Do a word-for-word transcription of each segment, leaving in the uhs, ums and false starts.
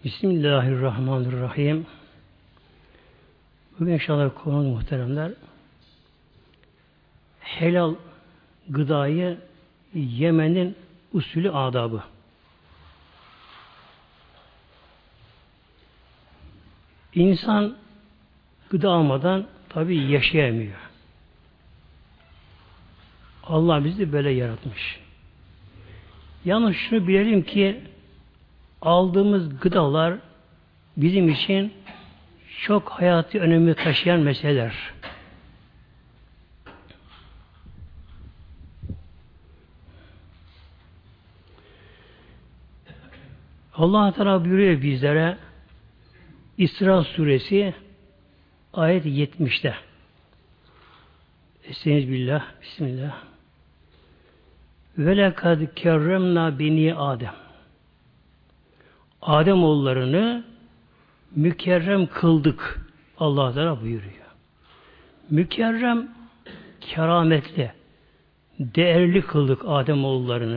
Bismillahirrahmanirrahim. Bugün inşallah konumuz muhteremler, helal gıdayı yemenin usulü adabı. İnsan gıda almadan tabii yaşayamıyor. Allah bizi böyle yaratmış. Yalnız şunu bilelim ki aldığımız gıdalar bizim için çok hayati önemi taşıyan meseleler. Allah Teala buyuruyor bizlere İsra suresi ayet yetmişte. Estağfirullah, bismillah. Ve lekad kerremna beni Adem. Adem oğullarını mükerrem kıldık. Allah Teala buyuruyor. Mükerrem, kerametli, değerli kıldık Adem oğullarını.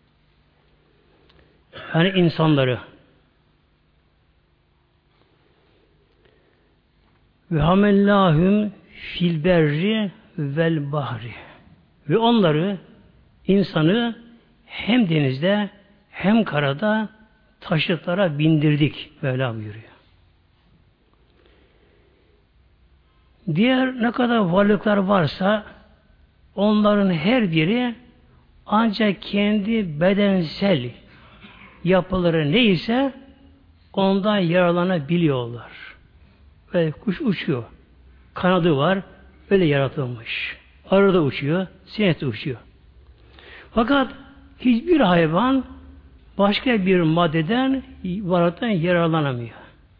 Yani insanları. Ve hamellahum fil berri vel bahri. Ve onları, insanı hem denizde hem karada taşıtlara bindirdik. Mevla buyuruyor. Diğer ne kadar varlıklar varsa onların her biri ancak kendi bedensel yapıları neyse ondan yararlanabiliyorlar. Ve kuş uçuyor. Kanadı var. Öyle yaratılmış. Arı da uçuyor. Sinek de uçuyor. Fakat hiçbir hayvan başka bir maddeden, varlıktan yararlanamıyor.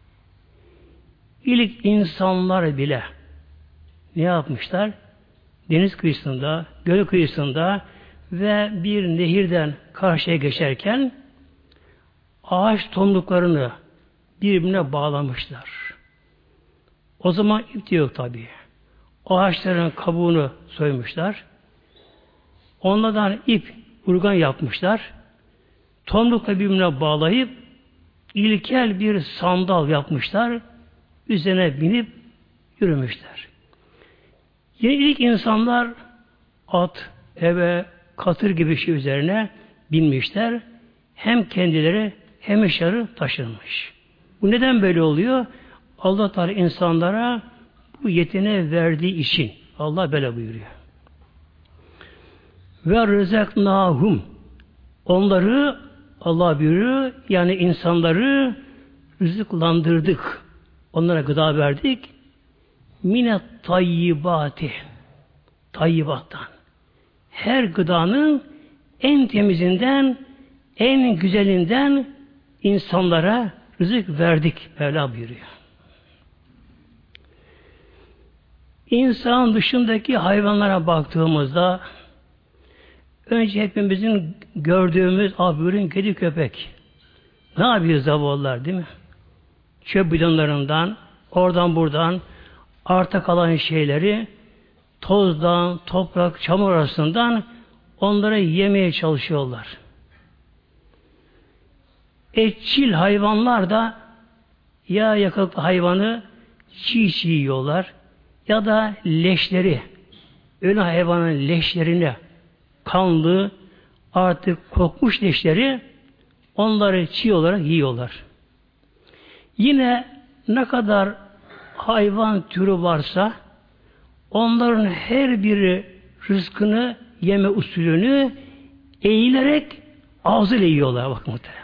İlk insanlar bile ne yapmışlar? Deniz kıyısında, göl kıyısında ve bir nehirden karşıya geçerken ağaç tomruklarını birbirine bağlamışlar. O zaman ip de yok tabii. Ağaçların kabuğunu soymuşlar. Onlardan ip, urgan yapmışlar. Tomrukla birbirine bağlayıp ilkel bir sandal yapmışlar. Üzerine binip yürümüşler. Yine ilk insanlar at, deve, katır gibi şey üzerine binmişler. Hem kendileri hem eşyaları taşınmış. Bu neden böyle oluyor? Allah Teala insanlara bu yeteneği verdiği için. Allah böyle buyuruyor. Ve rızaknahum. Onları Allah buyuruyor, yani insanları rızıklandırdık. Onlara gıda verdik. Mine tayyibati. Tayyibattan. Her gıdanın en temizinden, en güzelinden insanlara rızık verdik. Mevla buyuruyor. İnsan dışındaki hayvanlara baktığımızda önce hepimizin gördüğümüz abürün kedi köpek. Ne yapıyor zavallılar değil mi? Çöp bidonlarından, oradan buradan arta kalan şeyleri tozdan, toprak, çamur arasından onları yemeye çalışıyorlar. Etçil hayvanlar da ya yakalıklı hayvanı çiğ çiğ yiyorlar ya da leşleri, ölü hayvanın leşlerini, kanlı, artık kokmuş leşleri onları çiğ olarak yiyorlar. Yine ne kadar hayvan türü varsa onların her biri rızkını, yeme usulünü eğilerek ağzıyla yiyorlar. Bakın muhteremler.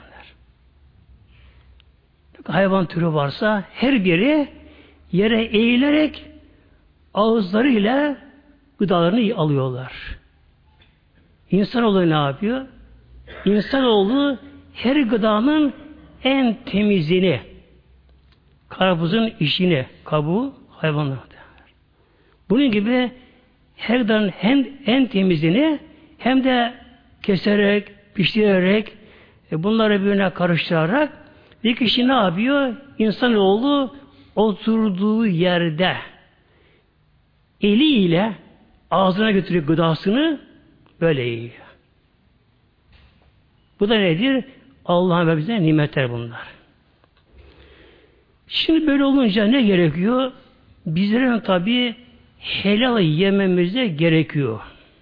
Hayvan türü varsa her biri yere eğilerek ağızlarıyla gıdalarını alıyorlar. İnsanoğlu ne yapıyor? İnsanoğlu her gıdanın en temizini, karpuzun işini, kabuğu hayvanlar. Bunun gibi her gıdanın hem en temizini hem de keserek, pişirerek, bunları birbirine karıştırarak bir kişi ne yapıyor? İnsanoğlu oturduğu yerde eliyle ağzına götürüyor gıdasını, böyle yiyor. Bu da nedir? Allah'ın ve bize nimetler bunlar. Şimdi böyle olunca ne gerekiyor? Bizlerin tabii helal yememize gerekiyor.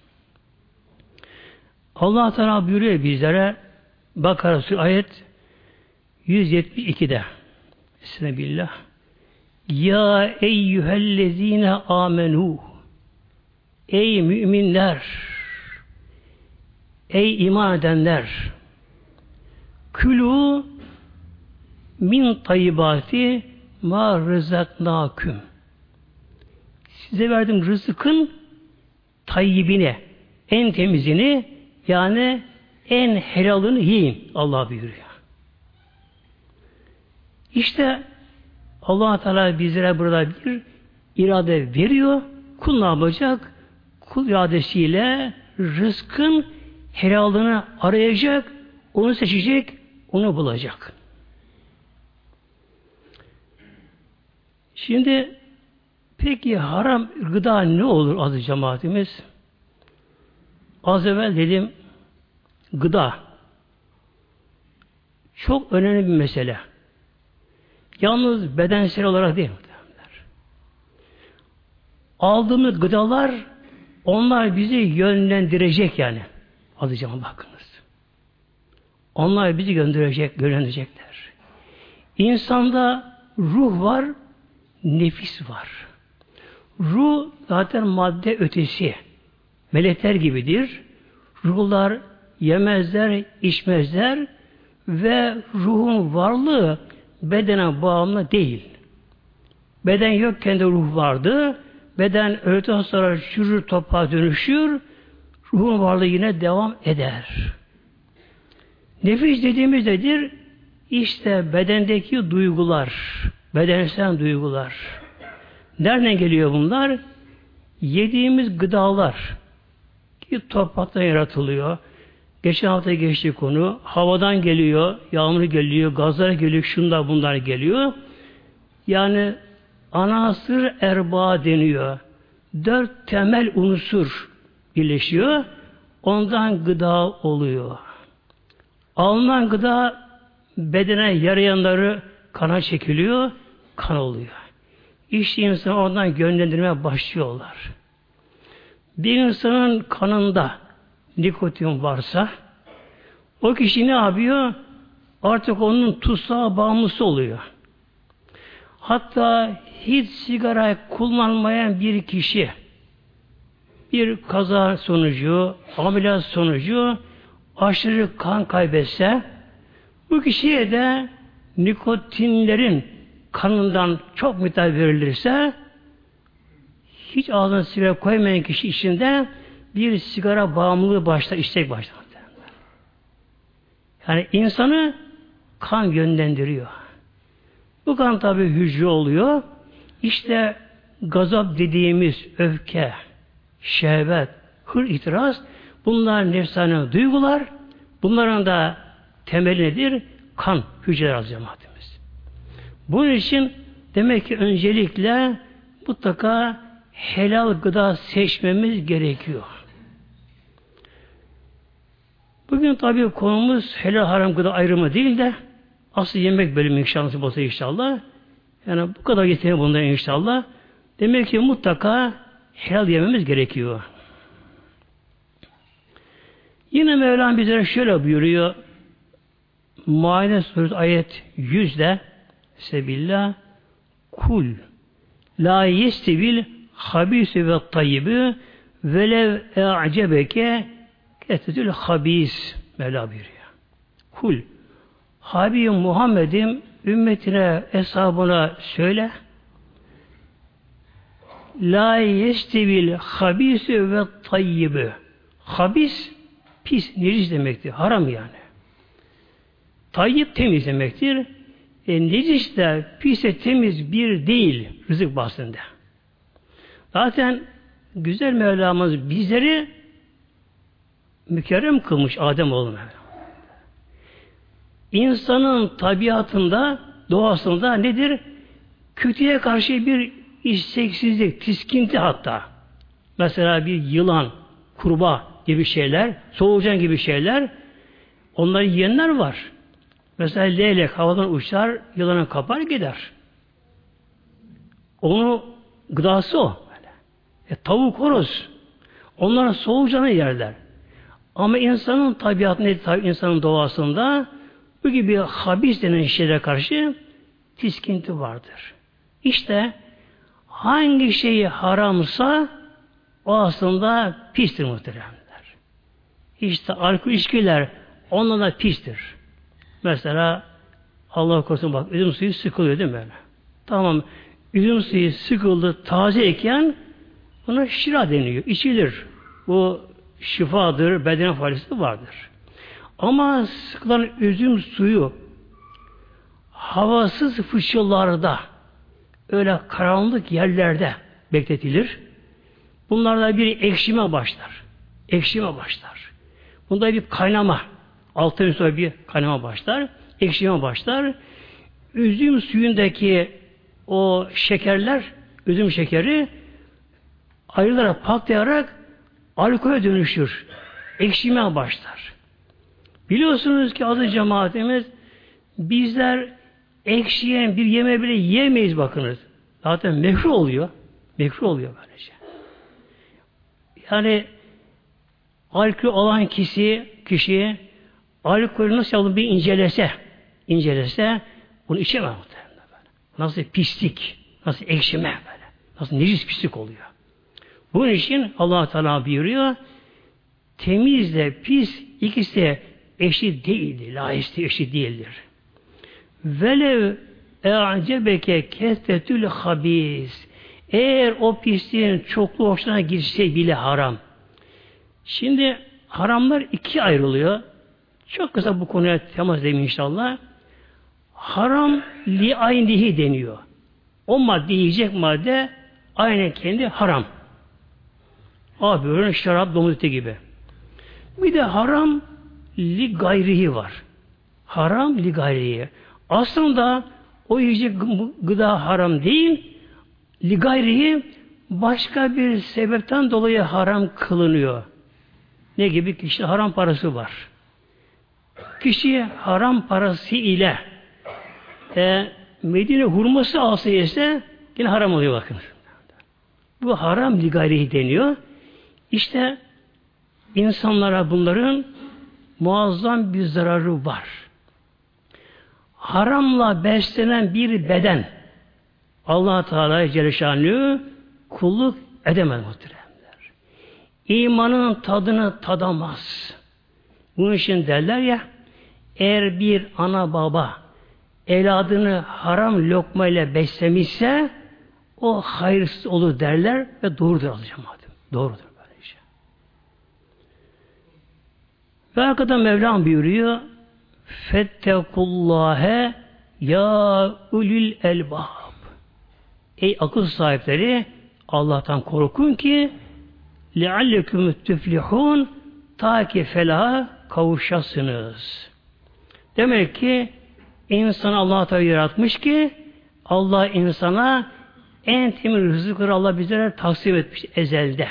Allah Teala buyuruyor bizlere Bakara Suresi ayet yüz yetmiş ikide. Bismillah. Ya eyyühellezine amenu. Ey müminler, ey iman edenler, külü min tayyibati ma rızaknâküm. Size verdim rızkın tayyibine, en temizini, yani en helalını yiyin. Allah buyuruyor. İşte Allah Teala bizlere burada bir irade veriyor. Kul ne yapacak? Kul iradesiyle rızkın helalını arayacak, onu seçecek, onu bulacak. Şimdi peki haram gıda ne olur aziz cemaatimiz? Az evvel dedim gıda çok önemli bir mesele. Yalnız bedensel olarak değil. Aldığımız gıdalar onlar bizi yönlendirecek yani. Aziz cemaat bakınız. Onlar bizi gönderecek, yönlendirecekler. İnsanda ruh var, nefis var. Ruh zaten madde ötesi. Melekler gibidir. Ruhlar yemezler, içmezler ve ruhun varlığı bedene bağımlı değil. Beden yokken de ruh vardı. Beden öğleden sonra çürür, toprağa dönüşür. Ruhun varlığı yine devam eder. Nefis dediğimiz nedir? İşte bedendeki duygular, bedensel duygular. Nereden geliyor bunlar? Yediğimiz gıdalar ki topraktan yaratılıyor. Geçen hafta geçti konu. Havadan geliyor, yağmur geliyor, gazlar geliyor, şunlar bunlar geliyor. Yani anasır erbaa deniyor. Dört temel unsur birleşiyor. Ondan gıda oluyor. Alınan gıda bedene yarayanları kana çekiliyor, kan oluyor. İşte insan ondan yönlendirmeye başlıyorlar. Bir insanın kanında nikotin varsa o kişi ne yapıyor? Artık onun tutsağa bağımlısı oluyor. Hatta hiç sigara kullanmayan bir kişi bir kaza sonucu, ameliyat sonucu aşırı kan kaybetse bu kişiye de nikotinlerin kanından çok miktar verilirse hiç ağzına sigara koymayan kişi içinde bir sigara bağımlılığı başlar, istek başlar. Yani insanı kan yönlendiriyor. Bu kan tabi hücre oluyor. İşte gazap dediğimiz öfke, şehvet, hır, itiraz, bunlar nefsane duygular. Bunların da temeli nedir? Kan, hücreler az cemaatimiz. Bunun için demek ki öncelikle mutlaka helal gıda seçmemiz gerekiyor. Bugün tabi konumuz helal haram gıda ayrımı değil de asıl yemek bölümü inşallah olsa inşallah. Yani bu kadar yeteneği bundan inşallah. Demek ki mutlaka helal yememiz gerekiyor. Yine Mevlam bize şöyle buyuruyor. Maide suresi ayet yüzde Sebillah kul la yestevil habisi ve tayyibü velev e'cebeke ketedül habis Mevla buyuruyor. Kul Habibim Muhammed'im ümmetine, eshabına söyle la yestevil habisi ve tayyibü. Habis pis, necis demektir. Haram yani. Tayyip temiz demektir. E, necis de pis de temiz bir değil rızık bahsinde. Zaten güzel Mevlamız bizleri mükerrem kılmış Adem oğluna. İnsanın tabiatında, doğasında nedir? Kötüye karşı bir isteksizlik, tiskinti hatta. Mesela bir yılan, kurbağa gibi şeyler, solucan gibi şeyler, onları yiyenler var. Mesela leylek havadan uçar, yılanı kapar gider. Onu gıdası o. Böyle. E, tavuk, horoz. Onların solucanı yerler. Ama insanın tabiatında, insanın doğasında bu gibi habis denen şeylere karşı tiskinti vardır. İşte hangi şeyi haramsa o aslında pistir muhteremler. İşte alkol içkiler ondan da pistir. Mesela Allah korusun bak üzüm suyu sıkılıyor değil mi böyle? Tamam üzüm suyu sıkıldı tazeyken buna şira deniyor. İçilir. Bu şifadır, bedene faydası vardır. Ama sıkılan üzüm suyu havasız fışıllarda öyle karanlık yerlerde bekletilir. Bunlarda bir ekşime başlar. Ekşime başlar. Bunda bir kaynama. Altı gün sonra bir kaynama başlar. Ekşime başlar. Üzüm suyundaki o şekerler, üzüm şekeri ayrılarak patlayarak alkole dönüşür. Ekşime başlar. Biliyorsunuz ki adı cemaatimiz bizler ekşiyen bir yeme bile yemeyiz bakınız. Zaten mekruh oluyor. Mekruh oluyor böylece. Yani alkol olan kişi, kişi alkolü nasıl yapalım bir incelese, incelese bunu içemez muhtemelen böyle. Nasıl pislik, nasıl ekşime böyle. Nasıl necis pislik oluyor. Bunun için Allah Teala buyuruyor temizle pis ikisi de eşit değildir. Layıklı eşit değildir. Velev e'acebeke kesretül habis. Eğer o pisliğin çoklu hoşuna girse bile haram. Şimdi haramlar ikiye ayrılıyor. Çok kısa bu konuya temas edeyim inşallah. Haram li aynihi deniyor. O madde yiyecek madde aynen kendi haram. Abi örneğin şarap, domuz eti gibi. Bir de haram li gayrihi var. Haram li gayrihi. Aslında o yiyecek gıda haram değil, li gayrihi başka bir sebepten dolayı haram kılınıyor. Ne gibi? Kişi haram parası var. Kişi haram parası ile e, Medine hurması alsa yese yine haram oluyor bakın. Bu haram li gayrihi deniyor. İşte insanlara bunların muazzam bir zararı var. Haramla beslenen bir beden Allah Teala Celle Şanlı'yı kulluk edemez muhteremler. İmanın tadını tadamaz. Bunun için derler ya eğer bir ana baba evladını haram lokma ile beslemişse o hayırsız olur derler ve doğrudur alacağım. Doğrudur böyle şey. Ve arkadan Mevlam buyuruyor Fettekullâhe ya ulul elbab. Ey akıl sahipleri Allah'tan korkun ki lealleküm tüflihun ta ki felaha kavuşasınız. Demek ki insan Allah Teala yaratmış ki Allah insana en temiz rızıkları Allah bizlere taksim etmiş ezelde.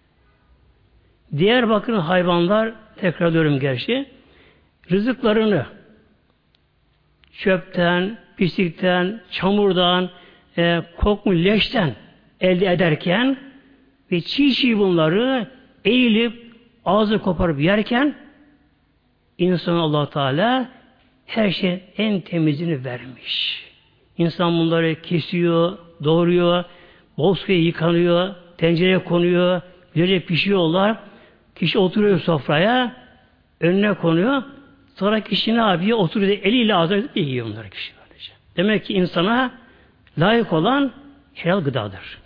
Diğer bakın hayvanlar tekrar diyorum gerçi rızıklarını çöpten, pislikten, çamurdan, e, kokmu leşten elde ederken ve çiğ çiğ bunları eğilip ağzı koparıp yerken insan Allah Teala her şeyin en temizini vermiş. İnsan bunları kesiyor, doğruyor, bozkaya yıkanıyor, tencereye konuyor, güzelce pişiyorlar. Kişi oturuyor sofraya, önüne konuyor. Sonra kişi ne yapıyor? Oturuyor, eliyle ağzına yiyor bunları kişi. Böylece. Demek ki insana layık olan helal gıdadır.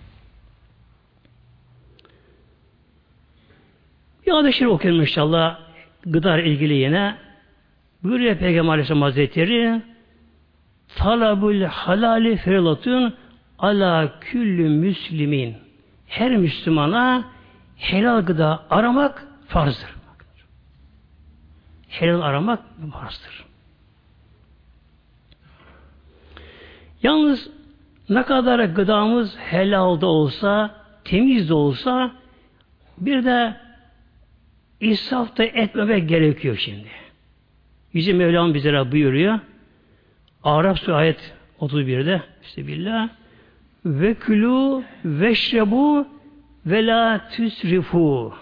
Bir adet şiir okuyalım inşallah. Gıda ile ilgili yine. Buyuruyor Peygamber Aleyhisselam Hazretleri talabul halali ferilatun ala küllü müslimin. Her Müslümana helal gıda aramak farzdır. Helal aramak farzdır. Yalnız ne kadar gıdamız helal da olsa, temiz de olsa bir de israf da etmemek gerekiyor şimdi. Yüce Mevlam bizlere buyuruyor. Araf Suresi ayet otuz birde işte billah ve külü veşrebu ve la tüsrifu.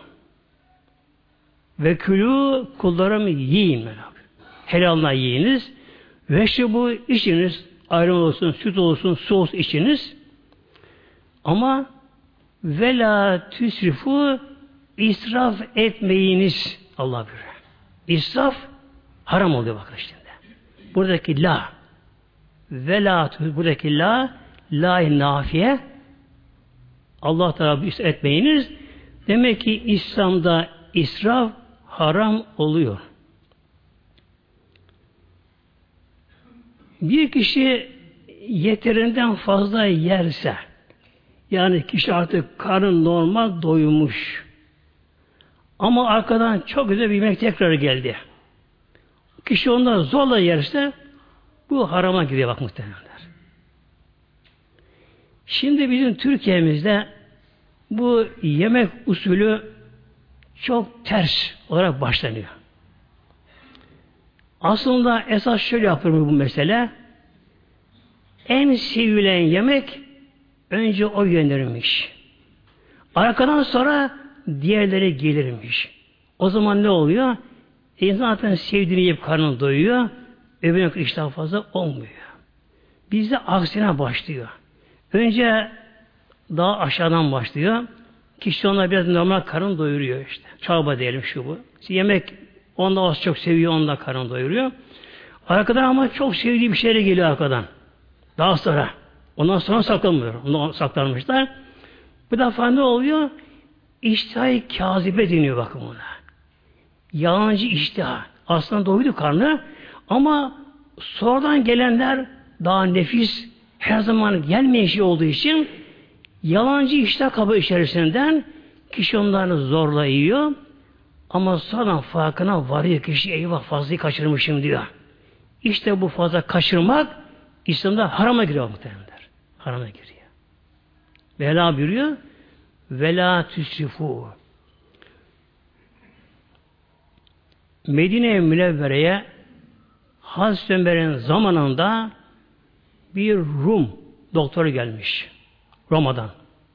Ve külü kullarım yiyin. Helalına yiyiniz. Veşrebu içiniz. Ayran olsun, süt olsun, su olsun içiniz. Ama ve la tüsrifu israf etmeyiniz. Allah buyuruyor. İsraf haram oluyor bakın şimdi. Buradaki la ve la buradaki la la-i nafiye Allah Teala israf etmeyiniz. Demek ki İslam'da israf haram oluyor. Bir kişi yeterinden fazla yerse, yani kişi artık karın normal doymuş, ama arkadan çok güzel bir yemek tekrar geldi. Kişi ondan zorla yerse bu harama giriyor bak muhtemelenler. Şimdi bizim Türkiye'mizde bu yemek usulü çok ters olarak başlanıyor. Aslında esas şöyle yapılır bu mesele. En sevilen yemek önce o yönlenirmiş. Arkadan sonra diğerleri gelirmiş. O zaman ne oluyor? İnsan zaten sevdiğini yiyip karnını doyuyor. Öbürüne iştah fazla olmuyor. Bizde aksine başlıyor. Önce daha aşağıdan başlıyor. Kişi ona biraz normal karın doyuruyor işte. Çorba diyelim şu bu. İşte yemek onda az çok seviyor, onda karın doyuruyor. Arkadan ama çok sevdiği bir şeyle geliyor arkadan. Daha sonra. Ondan sonra saklanmıyor. Ondan saklanmışlar. Bu defa ne oluyor? İştihâ-i kâzibe deniyor bakın buna. Yalancı iştihâ. Aslında doydu karnı ama sonradan gelenler daha nefis, her zaman gelmeyen şey olduğu için yalancı iştah kabı içerisinden kişi onları zorla yiyor ama sonra farkına varıyor kişi, eyvah fazlayı kaçırmışım diyor. İşte bu fazla kaçırmak İslam'da harama giriyor muhtemelenler. Harama giriyor. Vela buyuruyor. Vela tüsrifu. Medine-i Münevvere'ye Hazreti Ömer'in zamanında bir Rum doktoru gelmiş. Roma'dan.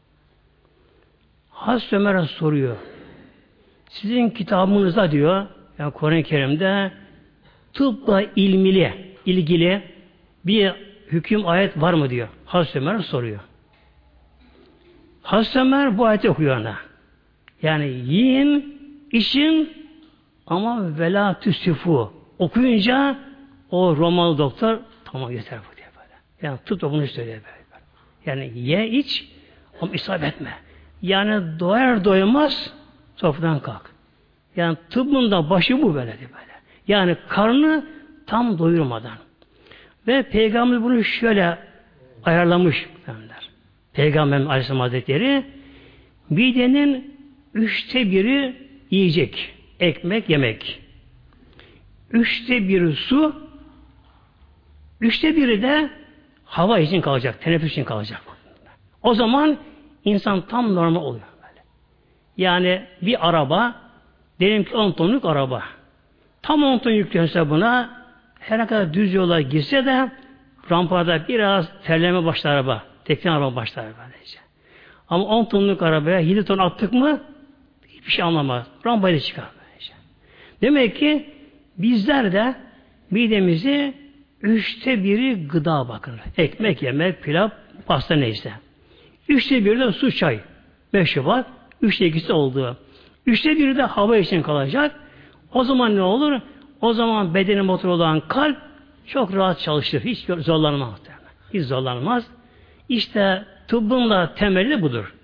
Hazreti Ömer'e soruyor. Sizin kitabınızda diyor, yani Kur'an-ı Kerim'de tıpla ilmili, ilgili bir hüküm ayet var mı diyor. Hazreti Ömer'e soruyor. Hazreti Ömer bu ayeti okuyor ona. Yani yiyin, için ama velâ tüsrifu. Okuyunca o Romalı doktor tamam yeter bu diye böyle. Yani tıp da bunu söylüyor böyle. Yani ye iç ama israf etme. Yani doyar doymaz sofradan kalk. Yani tıbbın da başı bu böyle diye böyle. Yani karnı tam doyurmadan. Ve Peygamber bunu şöyle ayarlamış. Peygamber Aleyhisselam Hazretleri midenin üçte biri yiyecek. Ekmek, yemek. Üçte biri su, üçte biri de hava için kalacak, teneffüs için kalacak. O zaman insan tam normal oluyor böyle. Yani bir araba, diyelim ki on tonluk araba. Tam on ton yüklense buna, her ne kadar düz yola gitse de rampada biraz terleme başlar araba. Tekne araba başlar böylece. Ama on tonluk arabaya yedi ton attık mı hiçbir şey anlamaz. Rampayla çıkar böylece. Demek ki bizler de midemizi üçte biri gıda bakın. Ekmek, yemek, pilav, pasta neyse. Üçte biri de su, çay. Meşrubat. Üçte ikisi olduğu. Üçte biri de hava için kalacak. O zaman ne olur? O zaman bedenin motoru olan kalp çok rahat çalışır. Hiç zorlanmaz. Hiç zorlanmaz. İşte tıbbın da temeli de budur.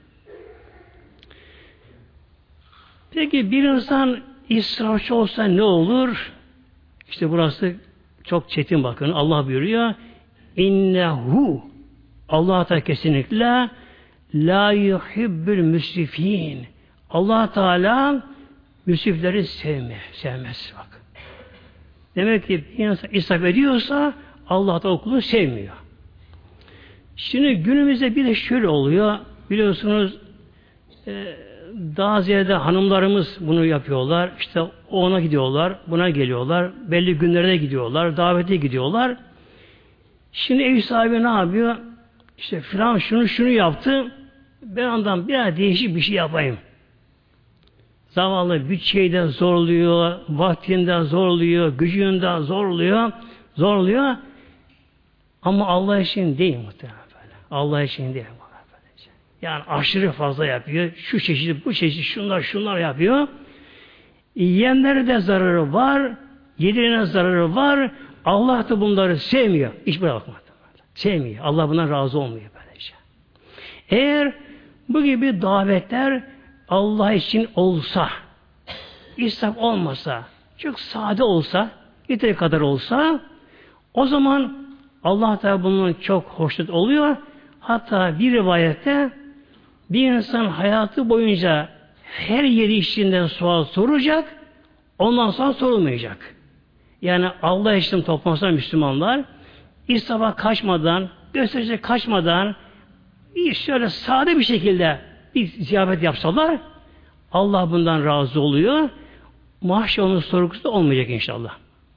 Peki bir insan israfçı olsa ne olur? İşte burası çok çetin bakın. Allah buyuruyor. İnnehu Allah Teala kesinlikle la yuhibbül müsrifin. Allah Teala müsrifleri sevme, sevmez bak. Demek ki bir insan israf ediyorsa Allah da o kulunu sevmiyor. Şimdi günümüzde bir de şöyle oluyor. Biliyorsunuz e, daha ziyade hanımlarımız bunu yapıyorlar. İşte ona gidiyorlar, buna geliyorlar. Belli günlerde gidiyorlar, davete gidiyorlar. Şimdi ev sahibi ne yapıyor? İşte filan şunu şunu yaptı. Ben ondan biraz değişik bir şey yapayım. Zavallı bütçeyden zorluyor, vaktinden zorluyor, gücünden zorluyor, zorluyor. Ama Allah için değil muhtemelen böyle. Allah için değil. Yani aşırı fazla yapıyor. Şu çeşit, bu çeşit, şunlar, şunlar yapıyor. Yiyenlere de zararı var, yedirene zararı var. Allah da bunları sevmiyor. Hiç bırakmadı. Sevmiyor. Allah bundan razı olmuyor böylece. Eğer bu gibi davetler Allah için olsa, israf olmasa, çok sade olsa, yeteri kadar olsa, o zaman Allah da bunun çok hoşnut oluyor. Hatta bir rivayette bir insan hayatı boyunca her yeri içinden sual soracak, ondan sonra sorulmayacak. Yani Allah için toplansa Müslümanlar, israfa kaçmadan, gösterişe kaçmadan, şöyle sade bir şekilde bir ziyafet yapsalar, Allah bundan razı oluyor. Mahşer onun sorgusu da olmayacak inşallah.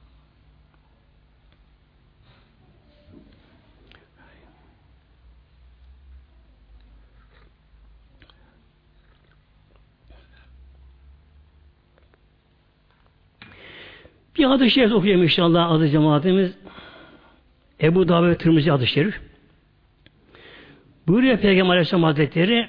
Bir hadis-i şerif okuyalım inşallah adı cemaatimiz. Ebu Davud ve Tirmizi hadis-i şerif. Buyuruyor Peygamber Aleyhisselam Hazretleri,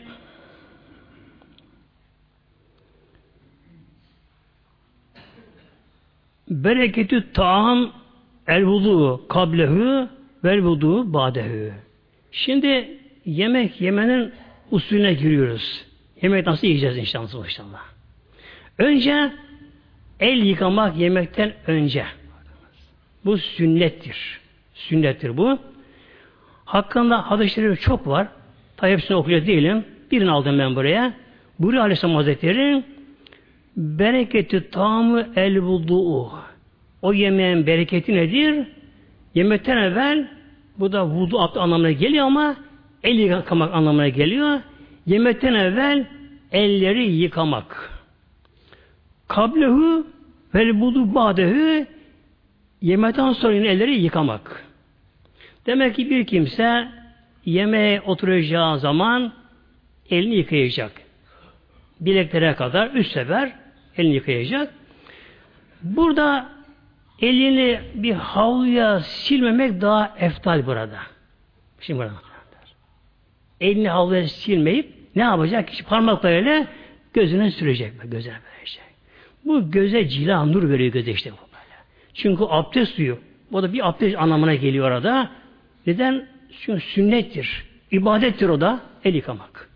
bereketü ta'am el vudu kablehu vel vudu ba'dehu. Şimdi yemek yemenin usulüne giriyoruz. Yemek nasıl yiyeceğiz inşallah inşallah. Önce el yıkamak yemekten önce. Bu sünnettir. Sünnettir bu. Hakkında hadisleri çok var. Tabi hepsini okuyor değilim. Birini aldım ben buraya. Buyuruyor Aleyhisselam Hazretleri, bereketi tamı el vudu'u. O yemeğin bereketi nedir? Yemekten evvel, bu da vudu abdest anlamına geliyor ama el yıkamak anlamına geliyor. Yemekten evvel elleri yıkamak. Kablehu vel vudu ba'dehu, yemekten sonra yine elleri yıkamak. Demek ki bir kimse yemeğe oturacağı zaman elini yıkayacak. Bileklere kadar üç sefer elini yıkayacak. Burada elini bir havluya silmemek daha eftal burada. Şimdi burada. Elini havluya silmeyip ne yapacak? Kişi parmaklarıyla gözüne sürecek. Gözüne verecek. Bu göze cila, nur veriyor göze işte bu böyle. Çünkü abdest suyu. Bu da bir abdest anlamına geliyor orada. Neden? Çünkü sünnettir. İbadettir o da. El yıkamak.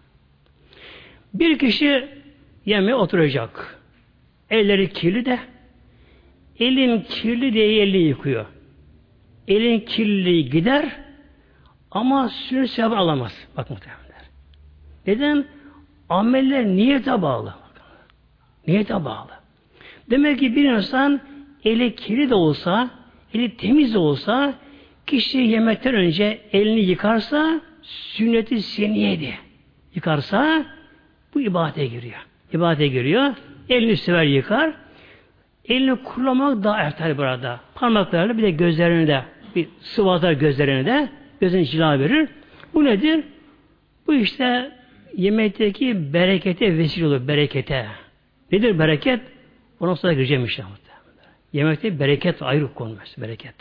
Bir kişi yemeğe oturacak. Elleri kirli de elin kirli diye elini yıkıyor. Elin kirliliği gider ama sünnet sevabı alamaz. Bak muhtemelenler. Neden? Ameller niyete bağlı. Niyete bağlı. Demek ki bir insan eli kirli de olsa, eli temiz de olsa, kişi yemekten önce elini yıkarsa, sünnet-i seniyedi. Yıkarsa, bu ibadete giriyor. İbadete giriyor. Elini sever yıkar. Elini kurulamak daha eftal burada. Parmaklarıyla bir de gözlerini de bir sıvazlar gözlerini de gözün cila verir. Bu nedir? Bu işte yemekteki berekete vesile olur. Berekete. Nedir bereket? Ona sonra gireceğim inşallah. Yemekte bereket ayrı konu. Bereket.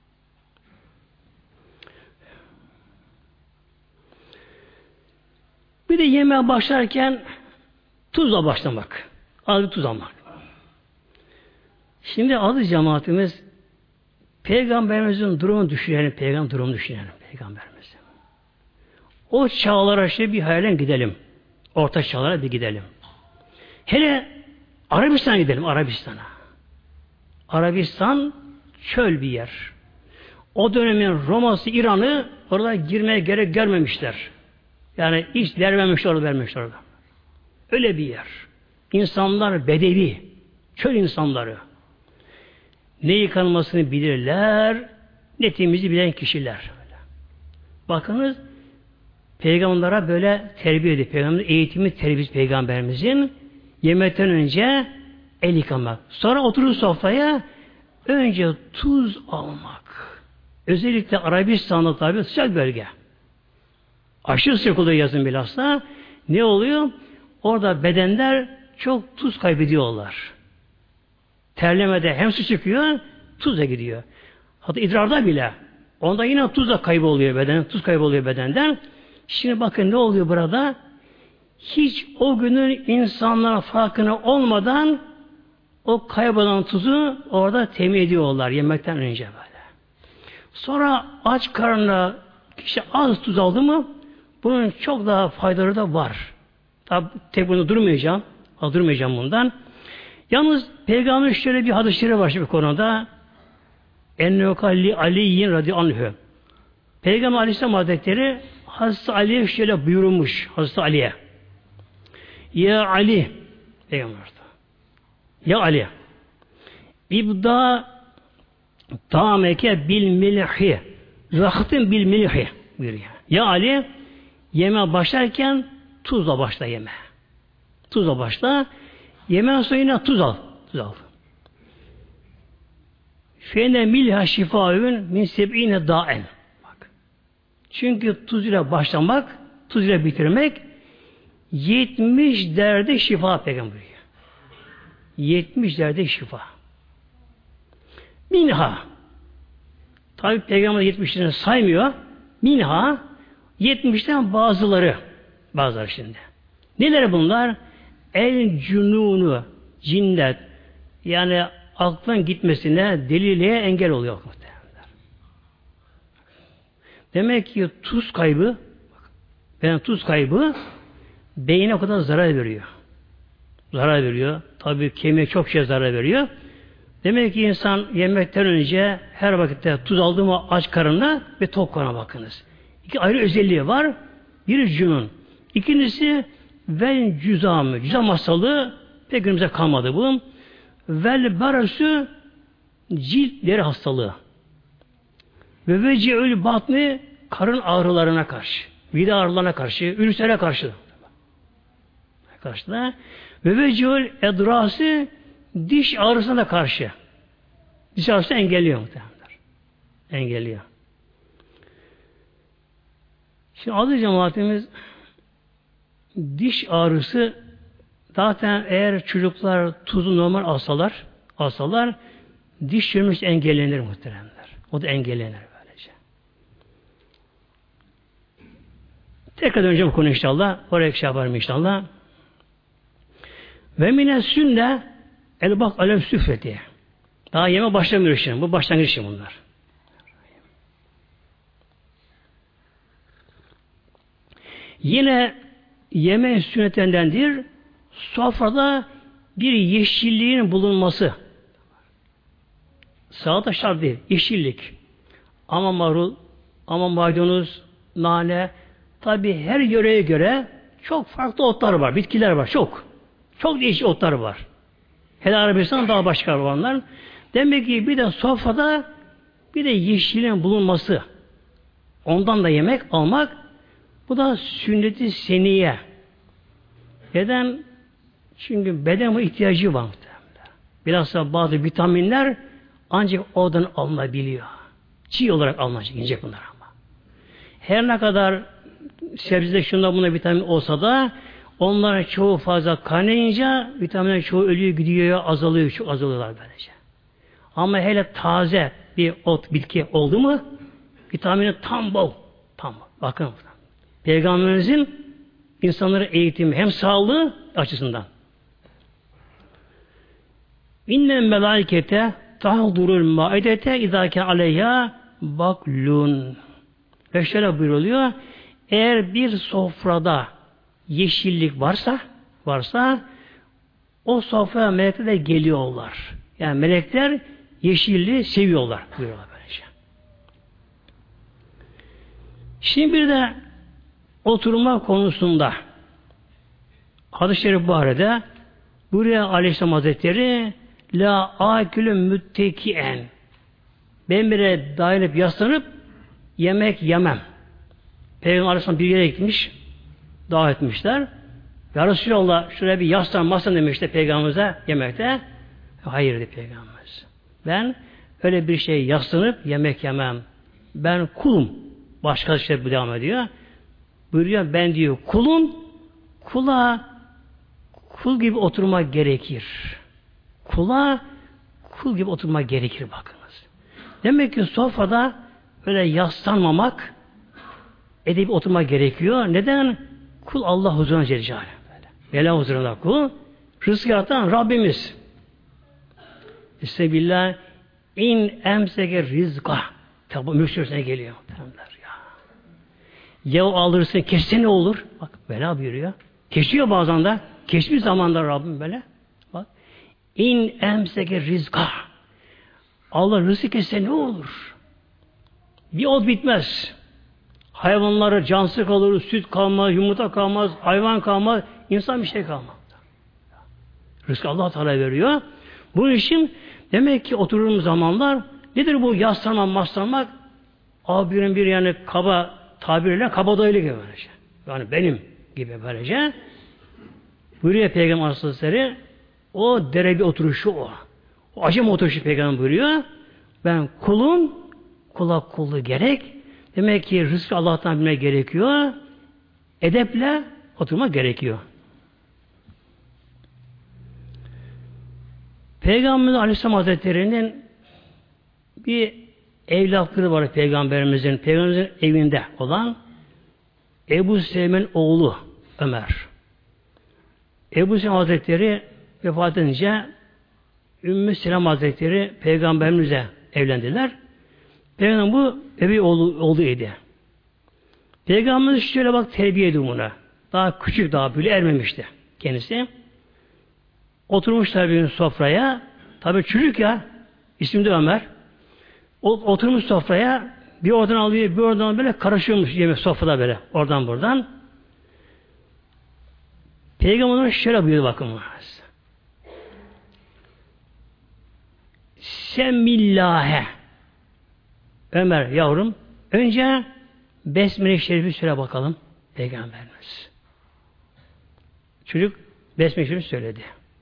Bir de yemeğe başlarken tuzla başlamak. Az bir tuz almak. Şimdi aziz cemaatimiz Peygamberimizin durumunu düşünelim. Peygamber durumunu düşünelim. Peygamberimiz. O çağlara şey bir hayalen gidelim. Orta çağlara bir gidelim. Hele Arabistan'a gidelim. Arabistan'a. Arabistan çöl bir yer. O dönemin Roma'sı, İran'ı orada girmeye gerek görmemişler. Yani hiç vermemişler, orada vermemişler orada. Öyle bir yer. İnsanlar bedevi. Çöl insanları. Ne yıkanmasını bilirler, ne temizi bilen kişiler. Bakınız, peygamberlere böyle terbiye ediyor. Peygamber eğitimi terbiyesi peygamberimizin yemekten önce el yıkamak. Sonra oturur sofraya önce tuz almak. Özellikle Arabistan'da tabi sıcak bölge. Aşırı sıcak oluyor yazın bilhassa. Ne oluyor? Orada bedenler çok tuz kaybediyorlar. Terlemede hem su çıkıyor, tuz da gidiyor. Hatta idrarda bile. Onda yine tuz da kayboluyor beden, tuz kayboluyor bedenden. Şimdi bakın ne oluyor burada? Hiç o günün insanlara farkına olmadan o kaybolan tuzu orada temin ediyorlar yemekten önce böyle. Sonra aç karnına kişi az tuz aldı mı bunun çok daha faydaları da var. Tabi tek bunu durmayacağım. Durmayacağım bundan. Yalnız Peygamber şöyle bir hadis-i var bir konuda. Ennûkalli Ali'yin radıyallahu anhü. Peygamber Aleyhisselam Hazretleri Hazreti Ali'ye şöyle buyurmuş. Hazreti Ali'ye. Ya Ali Peygamber Ya Ali İbda ta'ameke bil milhi rahatın bil milhi buyuruyor. Ya Ali yeme başlarken tuzla başla yeme. Tuzla başla. Yemeğin sonra tuz al. Tuz al. Fene milha şifaün min seb'ine da'en. Bak. Çünkü tuz ile başlamak, tuz ile bitirmek yetmiş derde şifa Peygamber buyuruyor. yetmiş derde şifa. Minha. Tabi Peygamber yetmişlerini saymıyor. Minha yetmişten bazıları. Bazıları şimdi. Neler bunlar? El cununu, cinnet. Yani aklın gitmesine, deliliğe engel oluyor. Demek ki tuz kaybı, ben tuz kaybı beyine o kadar zarar veriyor. Zarar veriyor. Tabii kemiğe çok şey zarar veriyor. Demek ki insan yemekten önce her vakitte tuz aldı mı aç karnına ve tok karnına bakınız. İki ayrı özelliği var. Biri cünun. İkincisi vel cüzamı. Cüzam hastalığı pek günümüze kalmadı bu. Vel barası ciltleri hastalığı. Ve veci'ül batni karın ağrılarına karşı. Mide ağrılarına karşı. Ülsere karşı. Karşı da. Ve veci'ül edrası diş ağrısına da karşı. Diş ağrısı engelliyor muhtemelen. Engelliyor. Şimdi adı cemaatimiz diş ağrısı zaten eğer çocuklar tuzu normal alsalar alsalar diş çürümesi engellenir muhteremler. O da engellenir böylece. Tekrar döneceğim bu konu inşallah. Oraya şey yaparım inşallah. Ve mine sünne el bak alem süfreti. Daha yeme başlamıyor şimdi. Bu başlangıç için bunlar. Yine yeme sünnetendendir. Sofrada bir yeşilliğin bulunması. Salata şart değil. Yeşillik. Ama marul, ama maydanoz, nane. Tabi her yöreye göre çok farklı otlar var. Bitkiler var. Çok. Çok değişik otlar var. Hele Arabistan'da daha başka olanlar. Demek ki bir de sofrada bir de yeşilliğin bulunması. Ondan da yemek almak bu da sünnet-i seniye. Neden? Çünkü beden bu ihtiyacı var. Bilhassa bazı vitaminler ancak oradan alınabiliyor. Çiğ olarak alınacak, inecek bunlar ama. Her ne kadar sebzede şunda buna vitamin olsa da onların çoğu fazla kaynayınca vitaminler çoğu ölüyor, gidiyor, azalıyor, çok azalıyorlar böylece. Ama hele taze bir ot, bitki oldu mu vitamini tam bol. Tam. Bakın. Peygamberimizin insanları eğitimi hem sağlığı açısından. İnnen melaikete tahdurul maidete idâken aleyha baklun. Ve şöyle buyuruluyor. Eğer bir sofrada yeşillik varsa varsa o sofraya melekler de geliyorlar. Yani melekler yeşilliği seviyorlar. Buyuruyorlar böylece. Şimdi bir de oturma konusunda hadis-i şerif Buhari'de buraya Aleyhisselam Hazretleri la akülü müttekien ben bire dayanıp yaslanıp yemek yemem. Peygamber Aleyhisselam bir yere gitmiş davet etmişler. Ya Resulallah şuraya bir yaslan maslan demişti Peygamberimize yemekte. Hayır dedi Peygamberimiz. Ben öyle bir şey yaslanıp yemek yemem. Ben kulum. Başka şey bu devam ediyor. buyuruyor ben diyor kulun kula kul gibi oturmak gerekir. Kula kul gibi oturmak gerekir bakınız. Demek ki sofrada öyle yaslanmamak edip oturmak gerekiyor. Neden? Kul Allah huzuruna Celle Celaluhu. Mevla huzuruna kul. Rızkı yaratan Rabbimiz. Estağfirullah in emseke rizka. Tabi müşterisine geliyor. Ya. ya alırsın kesin ne olur? Bak Mevla buyuruyor. Kesiyor bazen de. Kesmiş zamanda Rabbim böyle. Bak. İn emseke rizka. Allah rızkı kesse ne olur? Bir ot bitmez. Hayvanları cansız kalır, süt kalmaz, yumurta kalmaz, hayvan kalmaz, insan bir şey kalmaz. Rızkı Allah Teala veriyor. Bunun için demek ki oturduğumuz zamanlar nedir bu yaslanmak, maslanmak? Abinin bir yani kaba tabirle kabadayılı gibi böylece. Yani benim gibi böylece. Buyuruyor Peygamber Aleyhisselatü o dere bir oturuşu o. O acem oturuşu Peygamber buyuruyor. Ben kulun kula kulluğu gerek. Demek ki rızkı Allah'tan bilmek gerekiyor. Edeple oturmak gerekiyor. Peygamber Aleyhisselam Hazretleri'nin bir evlatları var Peygamberimizin, Peygamberimizin evinde olan Ebu Selim'in oğlu Ömer. Ebu Selim Hazretleri vefat edince Ümmü Selam Hazretleri Peygamberimize evlendiler. Peygamber bu evi oğlu, oğlu idi. Peygamberimiz şöyle bak terbiye ediyor buna. Daha küçük daha böyle ermemişti kendisi. Oturmuşlar bir gün sofraya. Tabi çocuk ya. İsmi de Ömer. O, oturmuş sofraya bir oradan alıyor bir oradan böyle karışıyormuş yemek sofrada böyle. Oradan buradan. Peygamberimiz şöyle buyuruyor bakın. Semmillâhe Ömer yavrum önce Besmele-i Şerif'i söyle bakalım Peygamberimiz. Çocuk Besmele-i Şerif'i söyledi.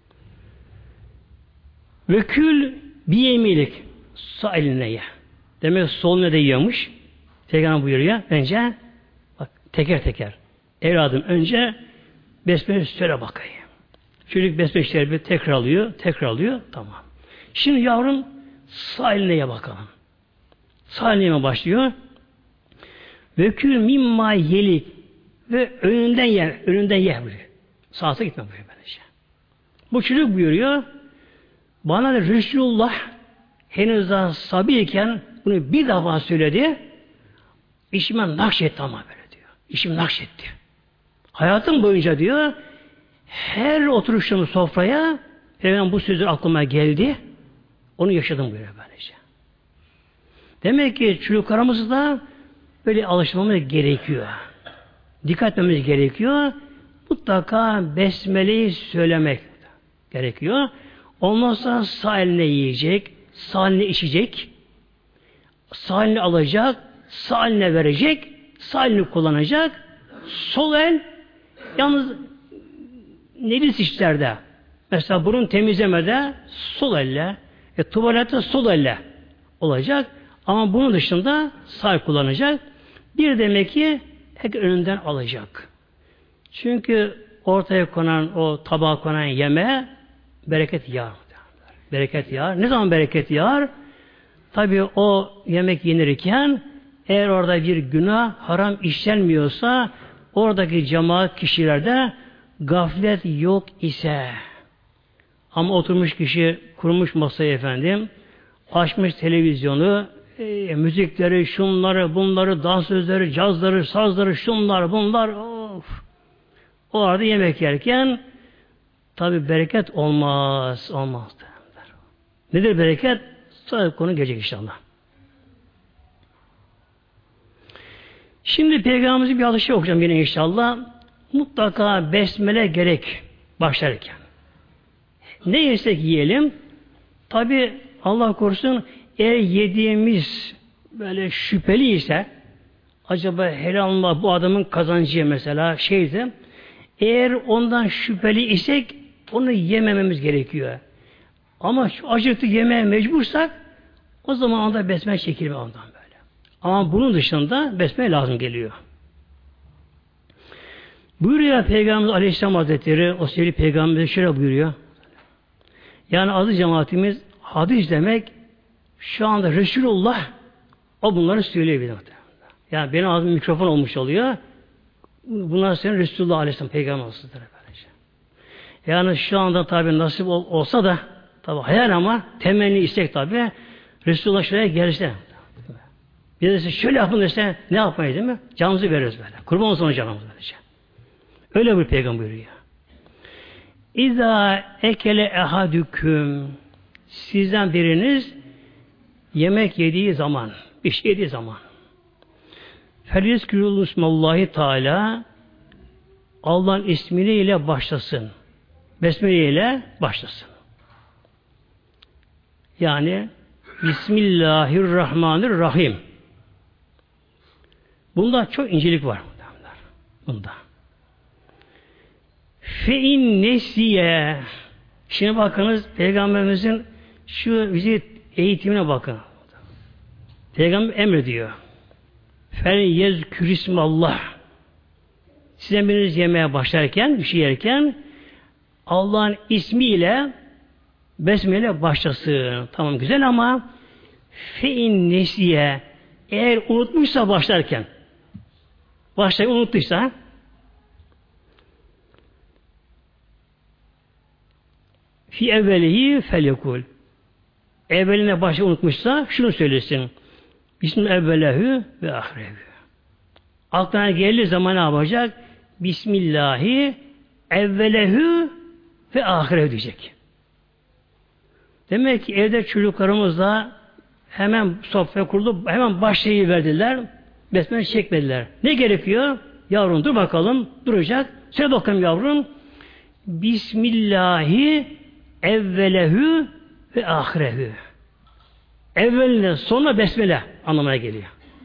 Ve kül bir yemilik sağ eline ye. Demek sol ne de yiyormuş. Peygamber buyuruyor. Önce bak teker teker. Evladım önce Besmele söyle bakayım. Çocuk Besmele Şerif'i tekrar alıyor. Tekrar alıyor. Tamam. Şimdi yavrum sağ eline ye bakalım. Sağ eline yeme başlıyor. Ve kül mimma yelik ve önünden ye. Önünden ye. Sağa sağa gitme buraya böylece. Bu çocuk buyuruyor. Bana da Resulullah henüz daha sabiyken bunu bir defa söyledi. İşime nakşetti ama böyle diyor. İşim nakşetti. Hayatım boyunca diyor her oturuşum sofraya Peygamber bu sözler aklıma geldi. Onu yaşadım böyle böylece. Demek ki çocuklarımızda böyle alışmamız gerekiyor. Dikkat etmemiz gerekiyor. Mutlaka besmeleyi söylemek gerekiyor. Ondan sonra sağ eline yiyecek, sağ eline içecek, sağ eline alacak, sağ eline verecek, sağ elini kullanacak. Sol el yalnız nefis işlerde mesela burun temizlemede sol elle, e, tuvalette sol elle olacak. Ama bunun dışında sağ kullanacak. Bir demek ki hep önünden alacak. Çünkü ortaya konan o tabağa konan yemeğe bereket yağar. Bereket yağar. Ne zaman bereket yağar? Tabii o yemek yenirken eğer orada bir günah haram işlenmiyorsa oradaki cemaat kişilerde gaflet yok ise ama oturmuş kişi kurmuş masayı efendim açmış televizyonu e, müzikleri, şunları, bunları, dans sözleri, cazları, sazları, şunlar, bunlar of. O arada yemek yerken tabi bereket olmaz. Olmaz. Nedir bereket? Sonra konu gelecek inşallah. Şimdi Peygamberimizin bir alışı okuyacağım yine inşallah. Mutlaka besmele gerek başlarken. Ne yersek yiyelim. Tabi Allah korusun eğer yediğimiz böyle şüpheli ise acaba helal mı bu adamın kazancı mesela şeyse eğer ondan şüpheli isek onu yemememiz gerekiyor. Ama şu acıktı yemeye mecbursak o zaman onda besmele çekilme ondan böyle. Ama bunun dışında besmele lazım geliyor. Buyuruyor Peygamberimiz Aleyhisselam Hazretleri, o sevgili Peygamberimiz şöyle buyuruyor. Yani aziz cemaatimiz, hadis demek şu anda Resulullah o bunları söyleyebilir. Yani benim ağzım mikrofon olmuş oluyor. Bunlar senin Resulullah Aleyhisselam Peygamber olsunlar. Yani şu anda tabi nasip ol, olsa da tabi hayal ama temenni istek tabi Resulullah şuraya gelirse bir de şöyle yapın dese ne yapmayız değil mi? Canımızı veririz böyle. Kurban olsun canımızı böylece. Öyle bir peygamber buyuruyor. İza ekele ehadüküm sizden biriniz yemek yediği zaman, bir şey yediği zaman felyezkürû ismallahi Teala Allah'ın ismiyle başlasın. Besmele ile başlasın. Yani Bismillahirrahmanirrahim. Bunda çok incelik var. Bunda. Fe-in nesiye. Şimdi bakınız Peygamberimizin şu bizi eğitimine bakın. Peygamber emrediyor. Fel-yezkürismallah. Size biriniz yemeğe başlarken, bir şey yerken Allah'ın ismiyle besmele başlasın. Tamam güzel ama fe-in nesiye eğer unutmuşsa başlarken başlarken unuttuysa fi evvelihi felyekul evveline başta unutmuşsa şunu söylesin. Bismillah evvelehü ve ahirehü. Aklına geldiği zaman ne yapacak? Bismillahi evvelehü ve ahirehü diyecek. Demek ki evde çocuklarımızla hemen sofraya kurulup hemen başlayıverdiler. Besmele çekmediler. Ne gerekiyor? Yavrum dur bakalım. Duracak. Söyle bakalım yavrum. Bismillahi evvelehü ve ahirehü. Evveline sonra besmele anlamına geliyor.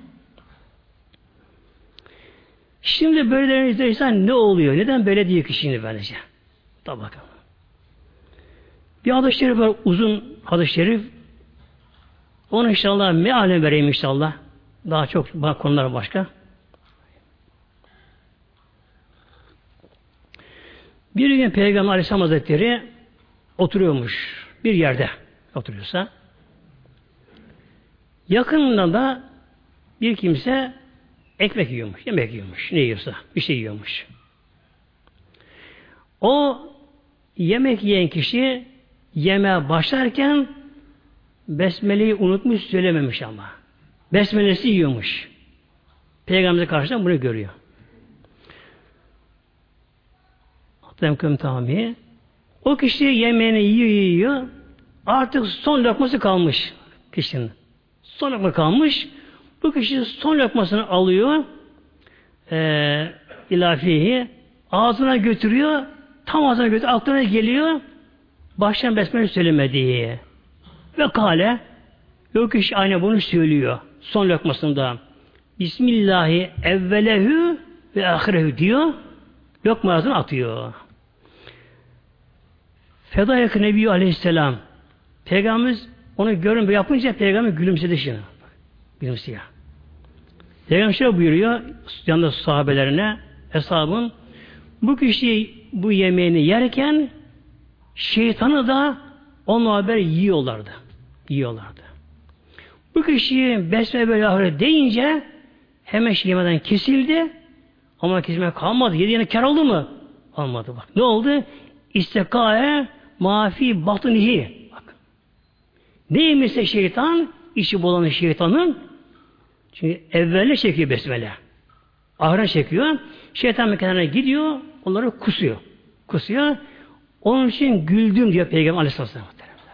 Şimdi böyle izlersen ne oluyor? Neden böyle diyor ki şimdi böylece? Tabi bakalım. Bir hadis-i şerif var. Uzun hadis-i şerif. Onu inşallah mealen vereyim inşallah. Daha çok konular başka. Bir gün Peygamber Aleyhisselam Hazretleri oturuyormuş. Bir yerde oturuyorsa. Yakınında da bir kimse ekmek yiyormuş, yemek yiyormuş. Ne yiyorsa bir şey yiyormuş. O yemek yiyen kişi yemeğe başlarken besmeleyi unutmuş, söylememiş ama. Besmelesi yiyormuş. Peygamber'e karşıdan bunu görüyor. Hatta tamamı. O kişi yemeğini yiyor, yiyor. Artık son lokması kalmış kişinin. Son lokma kalmış. Bu kişi son lokmasını alıyor. E, ilafihi ağzına götürüyor. Tam ağzına götürüyor. Aklına geliyor. Baştan besmele söylemediği. Ve kale o kişi aynı bunu söylüyor. Son lokmasında. Bismillahi evvelehü ve ahirehü diyor. Lokma ağzına atıyor. Fedayek Nebi Aleyhisselam Peygamberimiz onu görün yapınca Peygamber gülümsedi şimdi. Gülümsüyor. Peygamber şöyle buyuruyor yanında sahabelerine hesabın bu kişi bu yemeğini yerken şeytanı da onunla haber yiyorlardı. Yiyorlardı. Bu kişi besmele böyle ahire deyince hemen şey yemeden kesildi ama kesilmeye kalmadı. Yediğine kar oldu mu? Olmadı bak. Ne oldu? İstekâe mafi batınihi. Bak. Neymişse şeytan, işi bulanı şeytanın çünkü evvelle çekiyor besmele. Ahire çekiyor. Şeytan bir kenarına gidiyor, onları kusuyor. Kusuyor. Onun için güldüm diyor Peygamber Aleyhisselam.